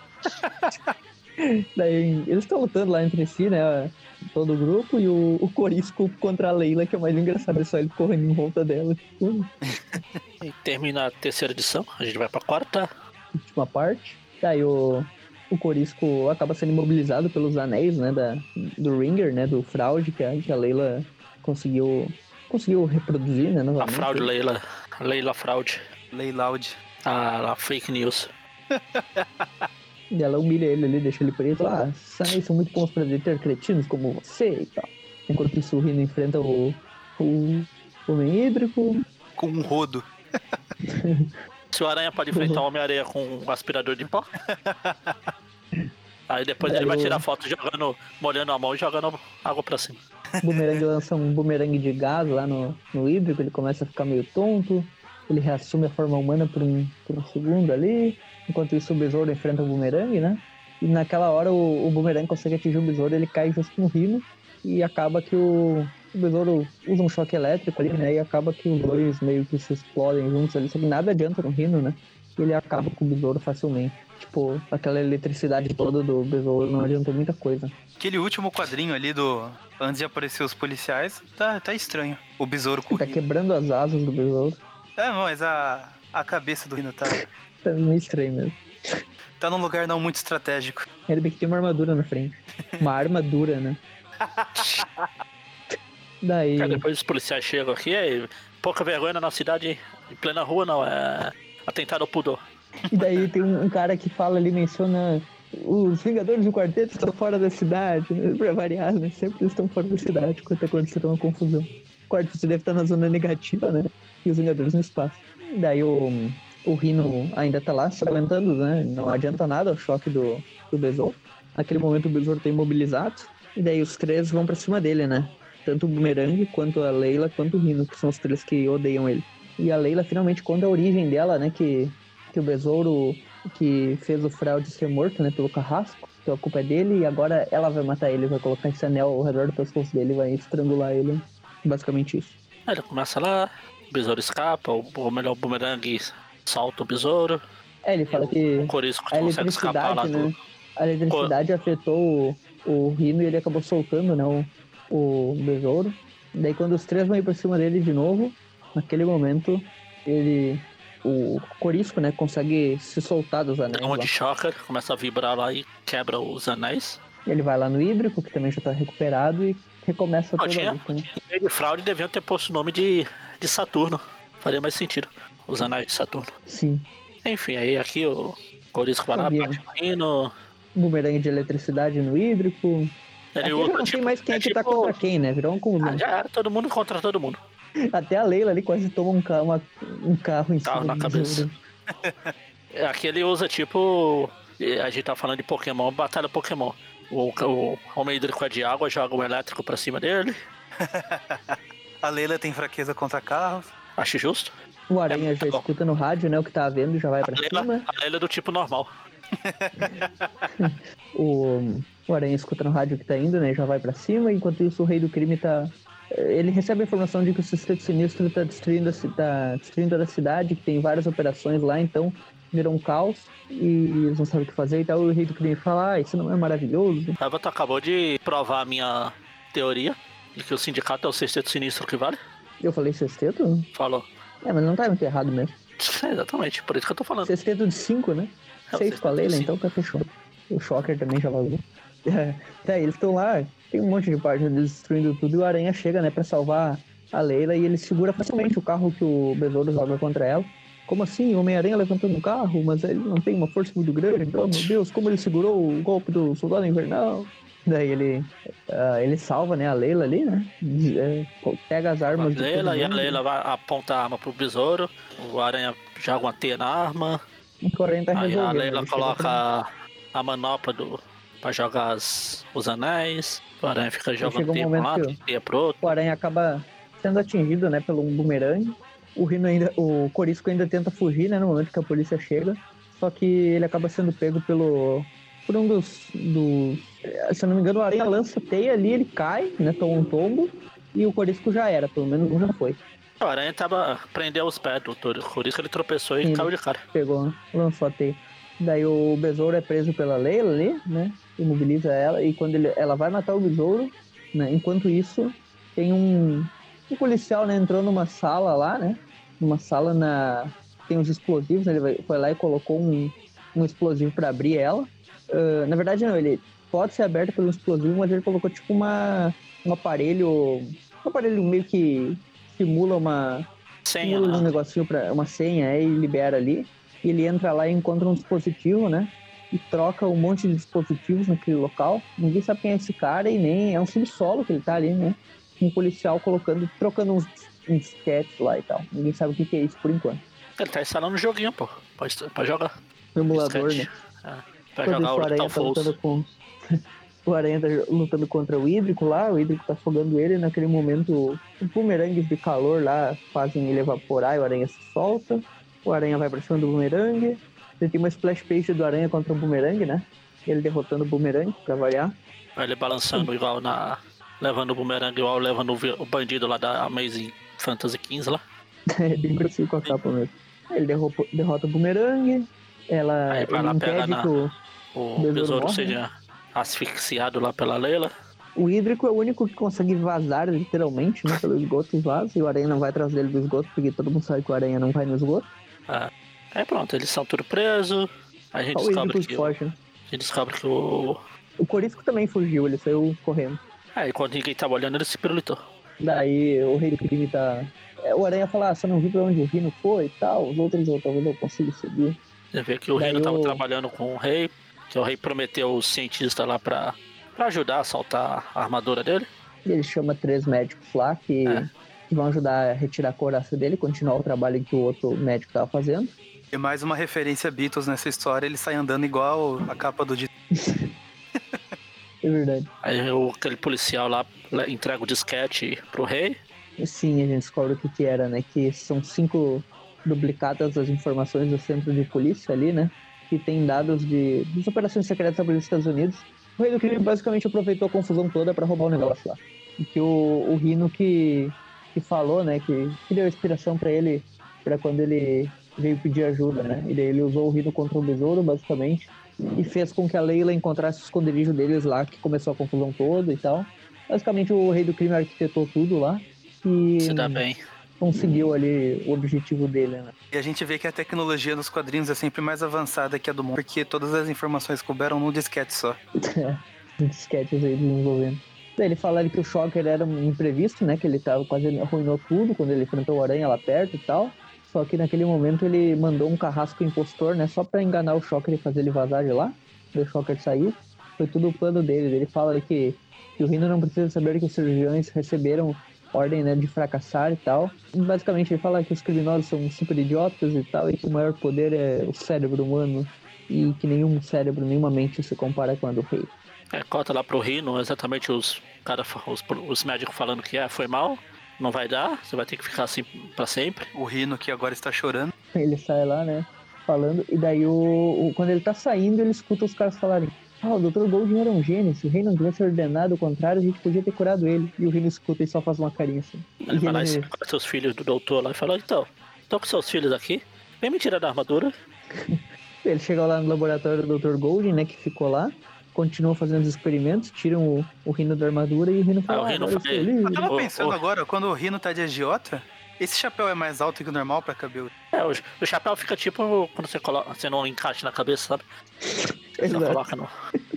Daí eles estão lutando lá entre si, né? Todo o grupo e o, o Corisco contra a Leila, que é o mais engraçado, é só ele correndo em volta dela. Tipo, E termina a terceira edição, a gente vai pra quarta. última parte. Daí o, o Corisco acaba sendo imobilizado pelos anéis, né? Da, do Ringer, né? Do fraude que a, que a Leila conseguiu, conseguiu reproduzir, né? A Novamente. fraude, Leila. Leila Fraude. Layloud. A, a fake news. E ela humilha ele ali, deixa ele preso. Ah, esses anéis são muito bons pra deter cretinos como você e tal. Enquanto isso, o Rhino enfrenta o, o Homem Hídrico. Com um rodo. Se o Aranha pode enfrentar o Homem-Aranha com um aspirador de pó. Aí depois Daí ele vai o- tirar foto jogando, molhando a mão e jogando água pra cima. O Boomerang lança um boomerang de gás lá no, no Hídrico, ele começa a ficar meio tonto. Ele reassume a forma humana por um, por um segundo ali. Enquanto isso, o Besouro enfrenta o Boomerang, né? E naquela hora o, o Boomerang consegue atingir o Besouro, ele cai justo no Rhino. E acaba que o, o Besouro usa um choque elétrico ali, né? E acaba que os dois meio que se explodem juntos ali. Só que nada adianta no Rhino, né? E ele acaba com o Besouro facilmente. Tipo, aquela eletricidade toda do Besouro não adiantou muita coisa. Aquele último quadrinho ali do... Antes de aparecer os policiais, tá, tá estranho. O besouro Ele tá correndo. quebrando as asas do Besouro. É, mas a... A cabeça do Rino tá, Tá meio estranho mesmo. tá num lugar não muito estratégico. Ele bem que tem uma armadura na frente. Uma armadura, né? Daí. Aí depois os policiais chegam aqui, aí, pouca vergonha na nossa cidade, em plena rua não, é atentado ao pudor. E daí tem um, um cara que fala ali, menciona os Vingadores do Quarteto estão fora da cidade, né? Pra variar, né? Sempre eles estão fora da cidade, quando acontece uma confusão. O quarteto deve estar na zona negativa, né? E os Vingadores no espaço. E daí o, o Rhino ainda tá lá se aguentando, né? Não adianta nada o choque do, do Besouro. Naquele momento o Besouro tá imobilizado. E daí os três vão pra cima dele, né? Tanto o Boomerang, quanto a Layla, quanto o Rhino, que são os três que odeiam ele. E a Layla finalmente conta a origem dela, né? Que, que o Besouro que fez o Fraude ser morto, né? Pelo Carrasco. Então a culpa é dele e agora ela vai matar ele. Vai colocar esse anel ao redor do pescoço dele e vai estrangular ele. Basicamente isso. Aí ele começa lá, o besouro escapa, ou melhor, o Boomerang solta o besouro. É, ele fala que O Corisco a consegue escapar lá eletricidade, do... né? A eletricidade afetou o, o Rhino e ele acabou soltando, né? O, o Besouro. Daí quando os três vão ir pra cima dele de novo, naquele momento, ele... O Corisco, né? Consegue se soltar dos anéis. Dá um Lá. de choca, começa a vibrar lá e quebra os anéis. Ele vai lá no Híbrico, que também já tá recuperado, e recomeça Não, toda tinha, a luta, né? em vez de Fraude, deviam ter posto o nome de, de Saturno. Faria mais sentido, os anéis de Saturno. Sim. Enfim, aí aqui o Corisco vai lá, Sabia. bate o Rhino. Bumerangue de eletricidade no Híbrico. Ele Aqui eu usa, não sei tipo, mais quem é, é que tá tipo- contra quem, né? Virou um confusão. Ah, já era todo mundo contra todo mundo. Até a Layla ali quase toma um carro, uma- um carro em Carro cima na do cabeça. Besouro. Aqui ele usa tipo. A gente tá falando de Pokémon, batalha Pokémon. O, o Homem Hídrico é de água, joga um elétrico pra cima dele. A Layla tem fraqueza contra carros. Acho justo. O Aranha É, já tá bom. escuta no rádio, né? O que tá vendo já vai pra A cima. Layla, a Layla é do tipo normal. O, o Aranha escuta no rádio que tá indo, né? Já vai pra cima. Enquanto isso, o Rei do Crime tá... Ele recebe a informação de que o Sexteto Sinistro tá destruindo, a, ci- tá destruindo a cidade, que tem várias operações lá, então virou um caos. E eles não sabem o que fazer e tal. O Rei do Crime fala, ah, isso não é maravilhoso? A Everton acabou de provar a minha teoria de que o sindicato é o sexteto sinistro que vale. Eu falei sexteto? Falou. É, mas não tá muito errado mesmo. É, exatamente, por isso que eu tô falando. Sexteto de cinco, né? É, o Seis com a sexteto de Leila, cinco. então tá fechado. O Shocker também já vazou. É, tá, eles estão lá, tem um monte de páginas destruindo tudo e o Aranha chega, né, pra salvar a Leila e ele segura facilmente o carro que o Besouro joga contra ela. Como assim? O Homem-Aranha levantando o carro, mas ele não tem uma força muito grande, então, meu Deus, como ele segurou o golpe do Soldado Invernal? Daí ele, ah, ele salva, né, a Leila ali, né? É, pega as A armas de Leila todo e a mundo. Leila vai, aponta a arma pro besouro. O Aranha joga uma teia na arma. E o Aranha tá Aí resolvendo. a Leila ele chega coloca pra- a, a manopla do, pra jogar as, os anéis. O Aranha fica jogando chega um teia pra um momento lado, que teia pro outro. O Aranha acaba sendo atingido, né, pelo um bumerangue. O Rhino ainda, o Corisco ainda tenta fugir, né, no momento que a polícia chega. Só que ele acaba sendo pego pelo por um dos, dos se eu não me engano, o Aranha lança teia ali, ele cai, né, toma um tombo e o Corisco já era, pelo menos um já foi. O Aranha tava prendeu os pés do Toro, por isso que ele tropeçou e Sim. caiu de cara. Pegou, né, lançou a teia. Daí o Besouro é preso pela Layla ali, né, imobiliza ela e quando ele, ela vai matar o Besouro, né, enquanto isso tem um um policial, né, entrou numa sala lá, né? Numa sala na... Tem uns explosivos, né, ele vai- foi lá e colocou um, um explosivo pra abrir ela. Ah, na verdade, não, ele pode ser aberto pelo explosivo, mas ele colocou tipo uma... Um aparelho... Um aparelho meio que simula uma... Senha, Simula um né? negocinho pra... Uma senha aí e libera ali. E ele entra lá e encontra um dispositivo, né? E troca um monte de dispositivos naquele local. Ninguém sabe quem é esse cara e nem... É um subsolo que ele tá ali, né? Um policial colocando, trocando uns, uns sketches lá e tal. Ninguém sabe o que, que é isso por enquanto. Ele tá instalando um joguinho, pô. Pode, pode jogar. Um emulador, Sketch. né? É, vai Enquanto jogar isso, o o Aranha Lethal tá Falls. lutando com... o Aranha tá lutando contra o Hídrico lá, o Hídrico tá afogando ele. Naquele momento, os bumerangues de calor lá fazem ele evaporar e o Aranha se solta. O Aranha vai pra cima do bumerangue. Você tem uma splash page do Aranha contra o bumerangue, né? Ele derrotando o bumerangue, pra variar. Ele balançando igual na... Levando o bumerangue igual levando o vi- o bandido lá da Amazing Fantasy quinze lá. É bem parecido com a capa mesmo. Ele derrota, derrota o bumerangue. Ela Aí vai ele lá, pega impede na- que o, O Besouro besouro morre, seja asfixiado lá pela Leila. o Hídrico é o único que consegue vazar literalmente, né? Pelo esgoto e vaza. E o Aranha não vai atrás dele do esgoto, porque todo mundo sabe que o Aranha não vai no esgoto. Ah. Aí pronto, eles são tudo presos. A gente Só o descobre Ignatius que. O, foge, né? a gente descobre que o. O Corisco também fugiu, ele saiu correndo. Aí quando ninguém tava olhando, ele se pirulitou. Daí o rei do crime tá. É, o Aranha fala, ah, você não viu pra onde o Rino foi e tal. Os outros eu talvez eu consiga seguir. Você vê que o Daí Rino tava o- trabalhando com o rei, que o rei prometeu os cientistas lá pra, pra ajudar a soltar a armadura dele. E ele chama três médicos lá que, É. que vão ajudar a retirar a couraça dele, continuar o trabalho que o outro médico tava fazendo. E mais uma referência a Beatles nessa história, ele sai andando igual a capa do disco. É verdade. Aí o, aquele policial lá le- entrega o disquete pro rei. E sim, a gente descobre o que que era, né? Que são cinco duplicadas das informações do centro de polícia ali, né? Que tem dados de das operações secretas da polícia dos Estados Unidos. O rei do crime basicamente aproveitou a confusão toda pra roubar o negócio lá. E que o, o Rino que, que falou, né? Que, que deu inspiração pra ele, pra quando ele veio pedir ajuda, né? E daí ele usou o Rino contra o besouro, basicamente. E fez com que a Leila encontrasse o esconderijo deles lá, que começou a confusão toda e tal. Basicamente o rei do crime arquitetou tudo lá. E Se dá bem. conseguiu ali o objetivo dele, né? E a gente vê que a tecnologia dos quadrinhos é sempre mais avançada que a do mundo, porque todas as informações couberam num disquete só. Os disquetes aí desenvolvendo. Daí ele fala ali que o Shocker era um imprevisto, né? Que ele tava, quase arruinou tudo quando ele enfrentou o Aranha lá perto e tal. Só que naquele momento ele mandou um carrasco impostor, né? Só pra enganar o Shocker e fazer ele vazar de lá. Daí o Shocker saiu. Foi tudo o plano dele. Ele fala ali que, que o Rino não precisa saber que os cirurgiões receberam ordem, né, de fracassar e tal. E basicamente ele fala que os criminosos são super idiotas e tal, e que o maior poder é o cérebro humano, e que nenhum cérebro, nenhuma mente se compara com a do rei. É, corta lá pro Rino, exatamente os, cara, os, os médicos falando que ah, foi mal, não vai dar, você vai ter que ficar assim pra sempre. O Rino que agora está chorando. Ele sai lá, né, falando, e daí o, o- quando ele tá saindo, ele escuta os caras falarem: ah, o doutor Golding era um gênio, se o rei não tivesse ordenado o contrário, a gente podia ter curado ele. E o Rino escuta e só faz uma carinha assim. Ele E vai lá e ele- separa seus filhos do doutor lá e fala, então, tô com seus filhos aqui, vem me tirar da armadura. Ele chega lá no laboratório do doutor Golding, né, que ficou lá, continua fazendo os experimentos, tiram o, o Rino da armadura e o Rino Ah, fala: o ah, Rino agora eu fala- sou livre. Eu tava Ô, pensando ô. agora, quando o Rino tá de agiota, esse chapéu é mais alto que o normal pra caber o... É, o, o chapéu fica tipo quando você coloca, você não encaixa na cabeça, sabe? Você só Exato. coloca no...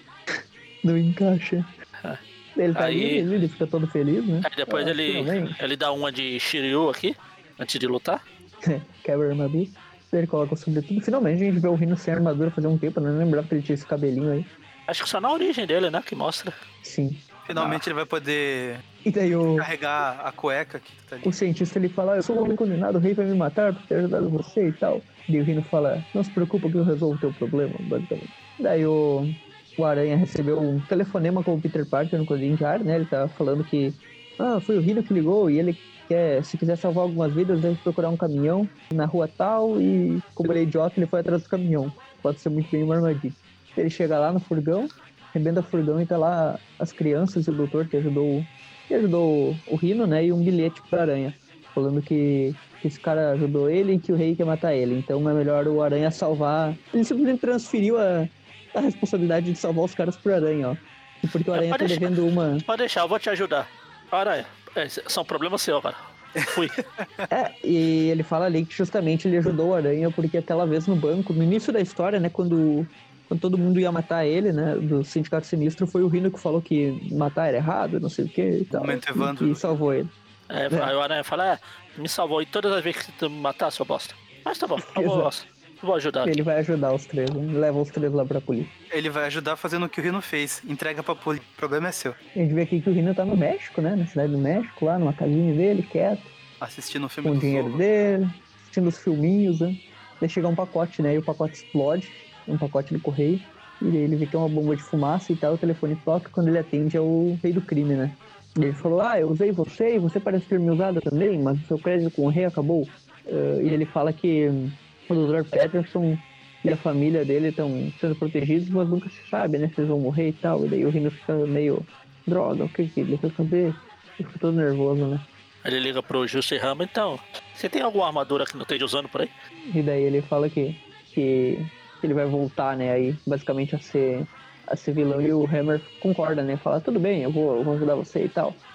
Não encaixa. É. Ele tá Aí- ali, ele fica todo feliz, né? Aí depois Ah, ele, finalmente. ele dá uma de Shiryu aqui, antes de lutar. Quebra a armadura. Daí ele coloca o sobretudo. Finalmente a gente vê o Rino sem armadura fazer um tempo. Eu não lembrava que ele tinha esse cabelinho aí. Acho que só na origem dele, né, que mostra. Sim. Finalmente ele vai poder E daí o, carregar a cueca que tá ali. o cientista ele fala: ah, eu sou um homem condenado, o rei vai me matar por ter ajudado você e tal. E o Rino fala: não se preocupa que eu resolvo o teu problema, basicamente. Daí o, o Aranha recebeu um telefonema com o Peter Parker no quadrinho diário, né? Ele tá falando que ah, foi o Rino que ligou e ele quer, se quiser salvar algumas vidas, deve procurar um caminhão na rua tal. E como ele é idiota, ele foi atrás do caminhão. Pode ser muito bem uma armadilha. Ele chega lá no furgão, rebenta o furgão e tá lá as crianças e o doutor que ajudou, que ajudou o Rino, né? E um bilhete pra Aranha, falando que, que esse cara ajudou ele e que o rei quer matar ele. Então é melhor o Aranha salvar. Ele simplesmente transferiu a, a responsabilidade de salvar os caras pro Aranha, ó. E porque o É, Aranha tá pode deixar. devendo uma. Pode deixar, eu vou te ajudar. Aranha, é, são problemas seus, cara. Fui. É, e ele fala ali que justamente ele ajudou o Aranha porque aquela vez no banco, no início da história, né, quando, quando todo mundo ia matar ele, né, do Sindicato Sinistro, foi o Rino que falou que matar era errado, não sei o que e tal. Momento Evandro. E salvou ele. É, aí o Aranha fala, é, me salvou e todas as vezes que tu me matar, seu bosta. Mas tá bom, eu vou, eu vou ajudar. Ele vai ajudar os três, né? Leva os três lá pra polícia. Ele vai ajudar fazendo o que o Rino fez. Entrega pra polícia. O problema é seu. A gente vê aqui que o Rino tá no México, né, na cidade do México, lá numa casinha dele, quieto, Assistindo o filme com o do dinheiro Zorro. dele, assistindo os filminhos, né. Daí chega um pacote, né, e o pacote explode, um pacote do correio, e daí ele vê que é uma bomba de fumaça e tal, o telefone toca, quando ele atende é o rei do crime, né. E ele falou: ah, eu usei você e você parece ter me usado também, mas o seu crédito com o rei acabou. Uh, e ele fala que hum, o doutor Peterson e a família dele estão sendo protegidos, mas nunca se sabe, né, se eles vão morrer e tal. E daí o Rino fica meio, droga, o que que ele vai fazer? Ele fica todo nervoso, né. Ele liga pro Jussi Rama, então, você tem alguma armadura que não esteja usando por aí? E daí ele fala que, que ele vai voltar, né, aí basicamente a ser, a ser vilão, e o Hammer concorda, né, fala: tudo bem, eu vou, eu vou ajudar você e tal.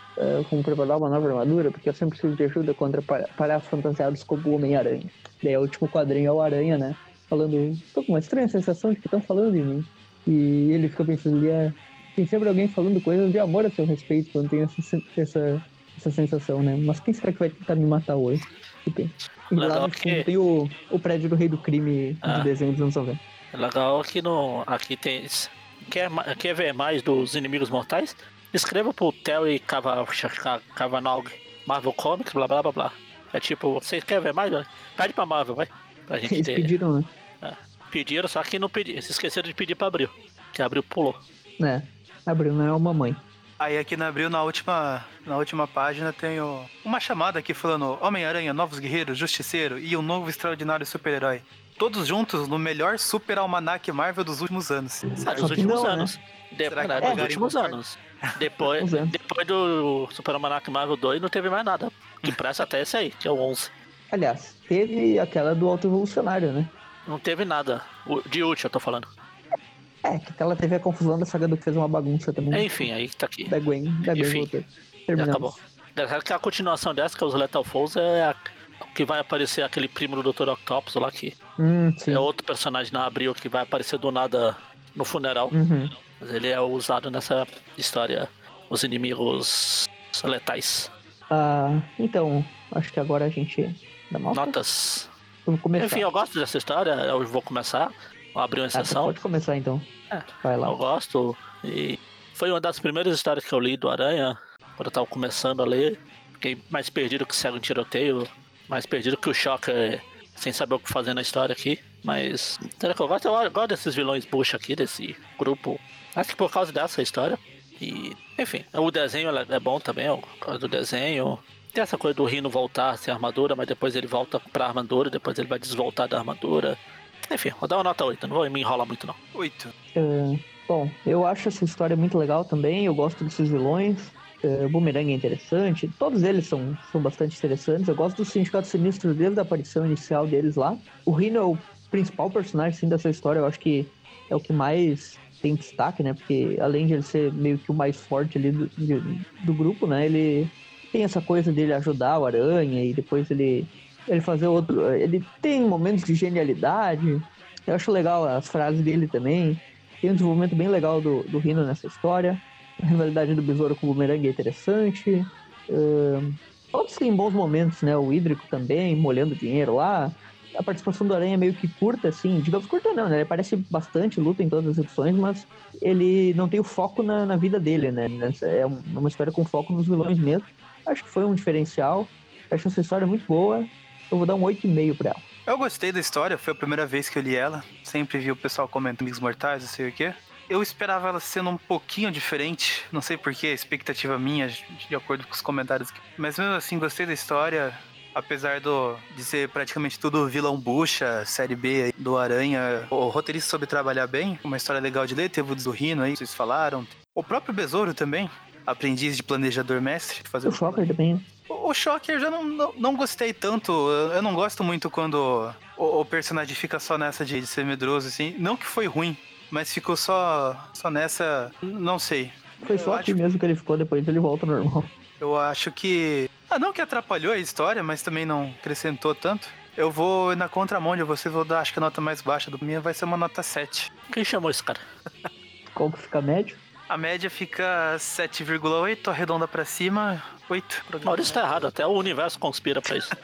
uh, como preparar uma nova armadura, porque eu sempre preciso de ajuda contra palhaços fantasiados como o Homem-Aranha. Daí o último quadrinho é o Aranha, né? Falando, tô com uma estranha sensação de que estão falando de mim. E ele fica pensando, é, tem sempre alguém falando coisas de amor a seu respeito quando tem essa, essa, essa sensação, né? Mas quem será que vai tentar me matar hoje? E lá no fundo tem o, o prédio do Rei do Crime ah. de desenho dos anos noventa. Legal que no, aqui tem... Quer, quer ver mais dos Inimigos Mortais? Escreva pro Terry Kavanagh, Marvel Comics, blá blá blá blá. É tipo, vocês querem ver mais? Pede pra Marvel, vai. Pra gente Eles ter... pediram, né? É. Pediram, só que não pediram. Se esqueceram de pedir pra Abril. Que Abril pulou. É, Abril não é uma mãe. Aí aqui na Abril, na última, na última página, tem o, uma chamada aqui falando Homem-Aranha, Novos Guerreiros, Justiceiro e um novo extraordinário super-herói. Todos juntos no melhor super almanaque Marvel dos últimos anos. Ah, dos últimos não, anos. Né? De... É, dos últimos anos. Depois, depois do Super Almanac Marvel dois não teve mais nada. Que presta até esse aí, que é o onze. Aliás, teve aquela do Auto Evolucionário, né? Não teve nada. De útil, eu tô falando. É, que ela teve a confusão da saga do que fez uma bagunça também. É, enfim, aí tá aqui. Da Gwen, da Gwen enfim, já acabou. Que a continuação dessa, que é os Lethal Foes, é a que vai aparecer aquele primo do doutor Octopus lá que hum, é outro personagem na Abril que vai aparecer do nada no funeral. Uhum. Mas ele é usado nessa história, os inimigos letais. Ah, então, acho que agora a gente dá nota. Notas. Vamos começar. Enfim, eu gosto dessa história, eu vou começar. Vou abrir uma exceção. Ah, pode começar então. É, vai lá. Eu gosto. E foi uma das primeiras histórias que eu li do Aranha, quando eu tava começando a ler. Fiquei mais perdido que cego em tiroteio, mais perdido que o Shocker, sem saber o que fazer na história aqui. Mas, será que eu gosto? Eu gosto desses vilões bucha aqui, desse grupo. Acho que por causa dessa história. E, enfim, o desenho é bom também, por causa do desenho. Tem essa coisa do Rhino voltar sem armadura, mas depois ele volta pra armadura, depois ele vai desvoltar da armadura. Enfim, vou dar uma nota oito, não vou me enrolar muito não. oito. Uh, bom, eu acho essa história muito legal também, eu gosto desses vilões. Uh, o Boomerang é interessante, todos eles são, são bastante interessantes. Eu gosto do Sindicato Sinistro desde a aparição inicial deles lá. O Rhino é o principal personagem sim, dessa história, eu acho que é o que mais tem destaque, né? Porque além de ele ser meio que o mais forte ali do, de, do grupo, né? Ele tem essa coisa dele ajudar o Aranha e depois ele, ele fazer outro... Ele tem momentos de genialidade. Eu acho legal as frases dele também. Tem um desenvolvimento bem legal do, do Rhino nessa história. A rivalidade do Besouro com o Boomerang é interessante. Uh, todos têm bons momentos, né? O Hídrico também, molhando dinheiro lá. A participação do Aranha é meio que curta, assim. Digamos curta não, né? Ele aparece bastante, luta em todas as edições, mas ele não tem o foco na, na vida dele, né? É uma história com foco nos vilões mesmo. Acho que foi um diferencial. Acho essa história muito boa. Eu vou dar um oito e meio pra ela. Eu gostei da história, foi a primeira vez que eu li ela. Sempre vi o pessoal comentando Amigos Mortais, não sei o quê. Eu esperava ela sendo um pouquinho diferente. Não sei porquê, a expectativa minha, de acordo com os comentários. Mas mesmo assim, gostei da história. Apesar do, de ser praticamente tudo vilão bucha, série B do Aranha, o roteirista soube trabalhar bem. Uma história legal de ler, teve o do Rhino aí, vocês falaram. O próprio Besouro também, aprendiz de planejador mestre. Fazer o Shocker também. O, o Shocker eu já não, não, não gostei tanto. Eu, eu não gosto muito quando o, o personagem fica só nessa de, de ser medroso, assim. Não que foi ruim, mas ficou só, só nessa... Não sei. Foi só aqui mesmo que ele ficou, depois ele volta ao normal. Eu acho que... Ah, não que atrapalhou a história, mas também não acrescentou tanto. Eu vou na contramão de você, vou dar, acho que a nota mais baixa do minha vai ser uma nota sete. Quem chamou esse cara? Qual que fica médio? A média fica sete vírgula oito, arredonda pra cima, oito. Maurício tá errado, até o universo conspira pra isso.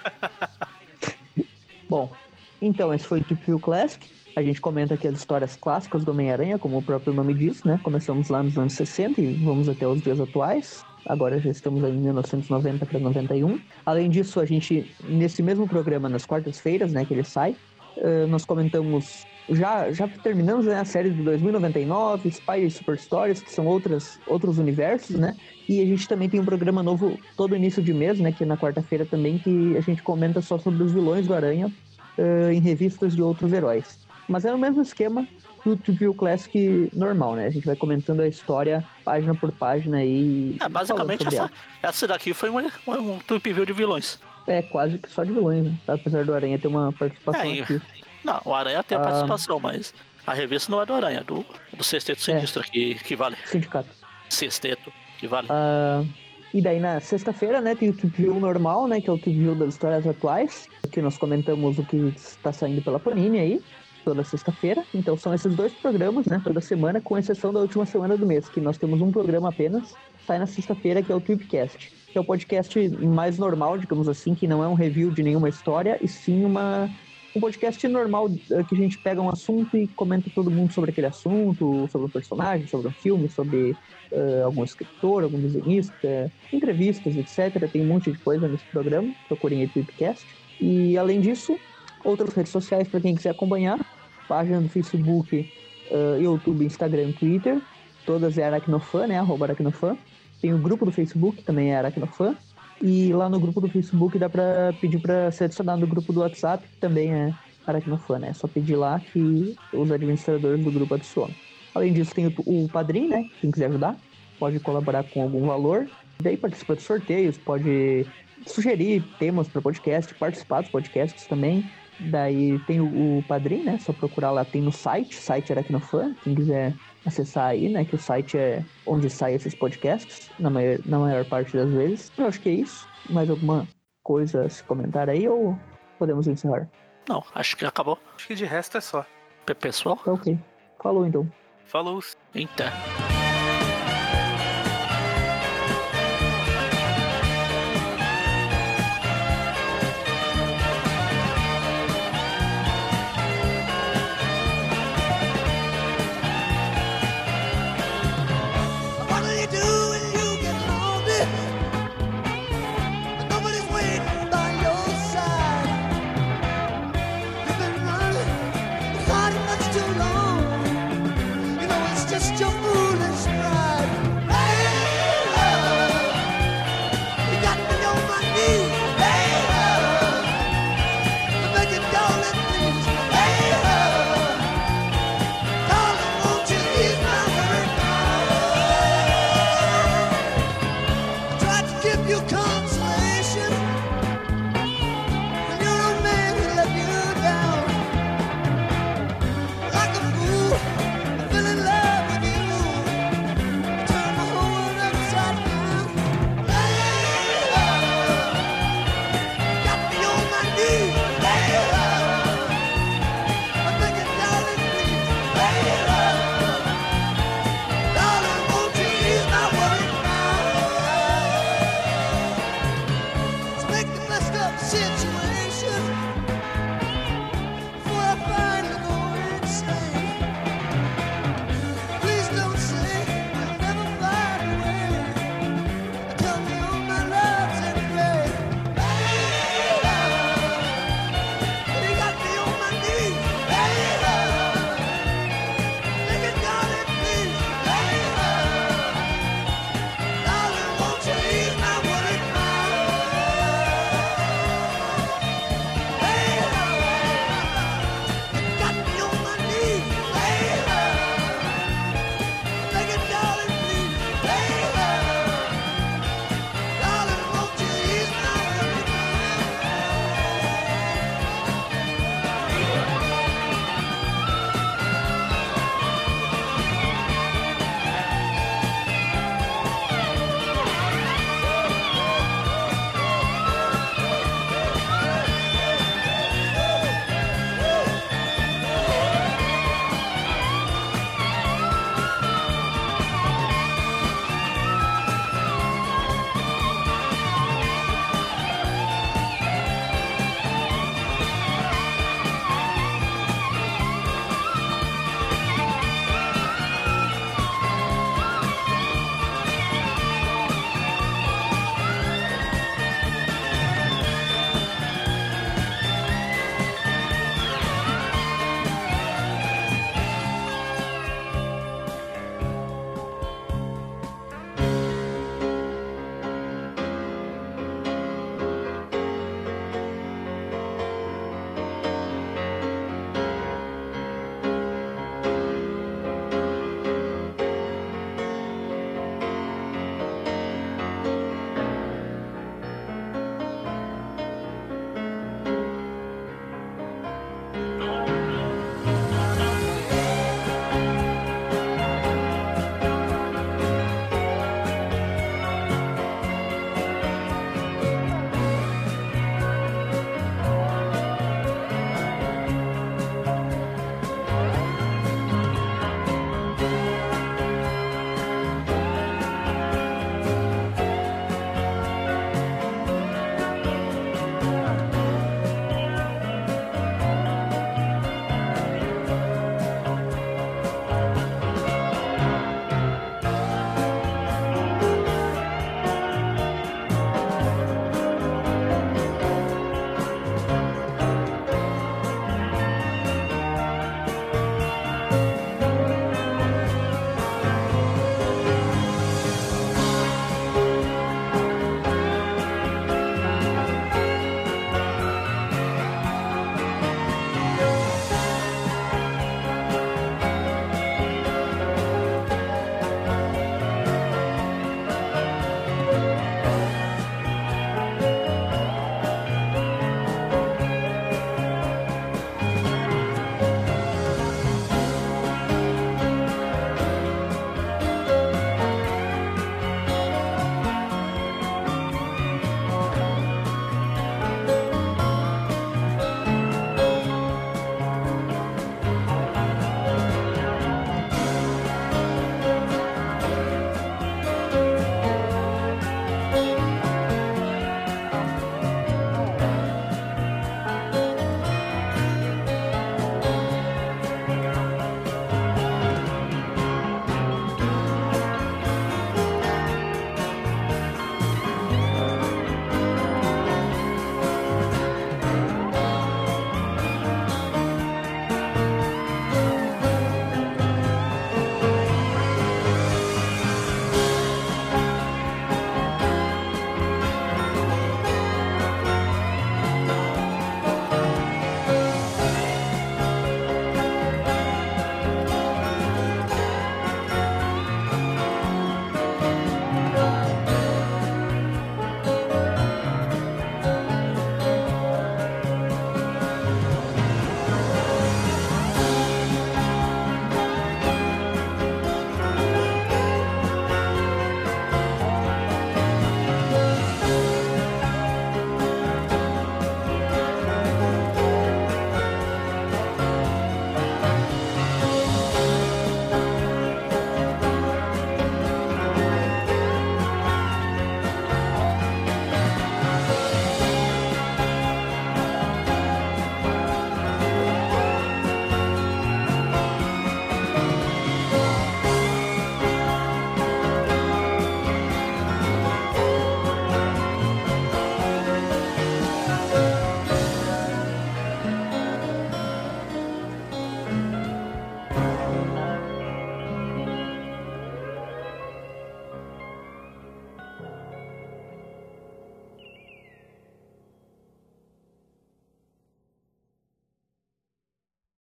Bom, então esse foi o Trip View Classic. A gente comenta aqui as histórias clássicas do Homem-Aranha, como o próprio nome diz, né? Começamos lá nos anos sessenta e vamos até os dias atuais. Agora já estamos aí em mil novecentos e noventa para noventa e um. Além disso, a gente, nesse mesmo programa, nas quartas-feiras, né, que ele sai, uh, nós comentamos, já, já terminamos, né, a série de dois mil e noventa e nove, Spider Super Stories, que são outras, outros universos, né? E a gente também tem um programa novo todo início de mês, né, que é na quarta-feira também, que a gente comenta só sobre os vilões do Aranha uh, em revistas de outros heróis. Mas é o mesmo esquema do Trip View Classic normal, né? A gente vai comentando a história página por página e... É, basicamente essa, essa daqui foi um, um Trip View de vilões. É, quase que só de vilões, né? Apesar do Aranha ter uma participação é, aqui. Não, o Aranha tem a participação, ah, mas a revista não é do Aranha, é do, do Sexteto Sinistro, é, que, que vale. Sindicato. Sexteto, que vale. Ah, E daí na sexta-feira, né, tem o Tube View normal, né, que é o Tube View das histórias atuais, que nós comentamos o que está saindo pela Panini aí, toda sexta-feira. Então são esses dois programas, né, toda semana, com exceção da última semana do mês, que nós temos um programa apenas, sai na sexta-feira, que é o Tubecast, que é o podcast mais normal, digamos assim, que não é um review de nenhuma história, e sim uma... um podcast normal que a gente pega um assunto e comenta todo mundo sobre aquele assunto, sobre um personagem, sobre um filme, sobre uh, algum escritor, algum desenhista, entrevistas, etcétera. Tem um monte de coisa nesse programa, procurem aí Tweepcast. E além disso, outras redes sociais para quem quiser acompanhar, página do Facebook, uh, YouTube, Instagram, Twitter, todas é Aracnofan, né, arroba Aracnofan. Tem o grupo do Facebook, também é Aracnofan. E lá no grupo do Facebook dá pra pedir pra ser adicionado no grupo do WhatsApp, que também é Aracnofan, né? É só pedir lá que os administradores do grupo adicionam. Além disso, tem o, o Padrim, né? Quem quiser ajudar, pode colaborar com algum valor. Daí participa de sorteios, pode sugerir temas para podcast, participar dos podcasts também. Daí tem o, o Padrim, né? Só procurar lá, tem no site, site Aracnofan, quem quiser acessar aí, né? Que o site é onde saem esses podcasts, na maior, na maior parte das vezes. Eu acho que é isso. Mais alguma coisa a se comentar aí ou podemos encerrar? Não, acho que acabou. Acho que de resto é só. Pessoal? Tá ok. Falou então. Falou. Então.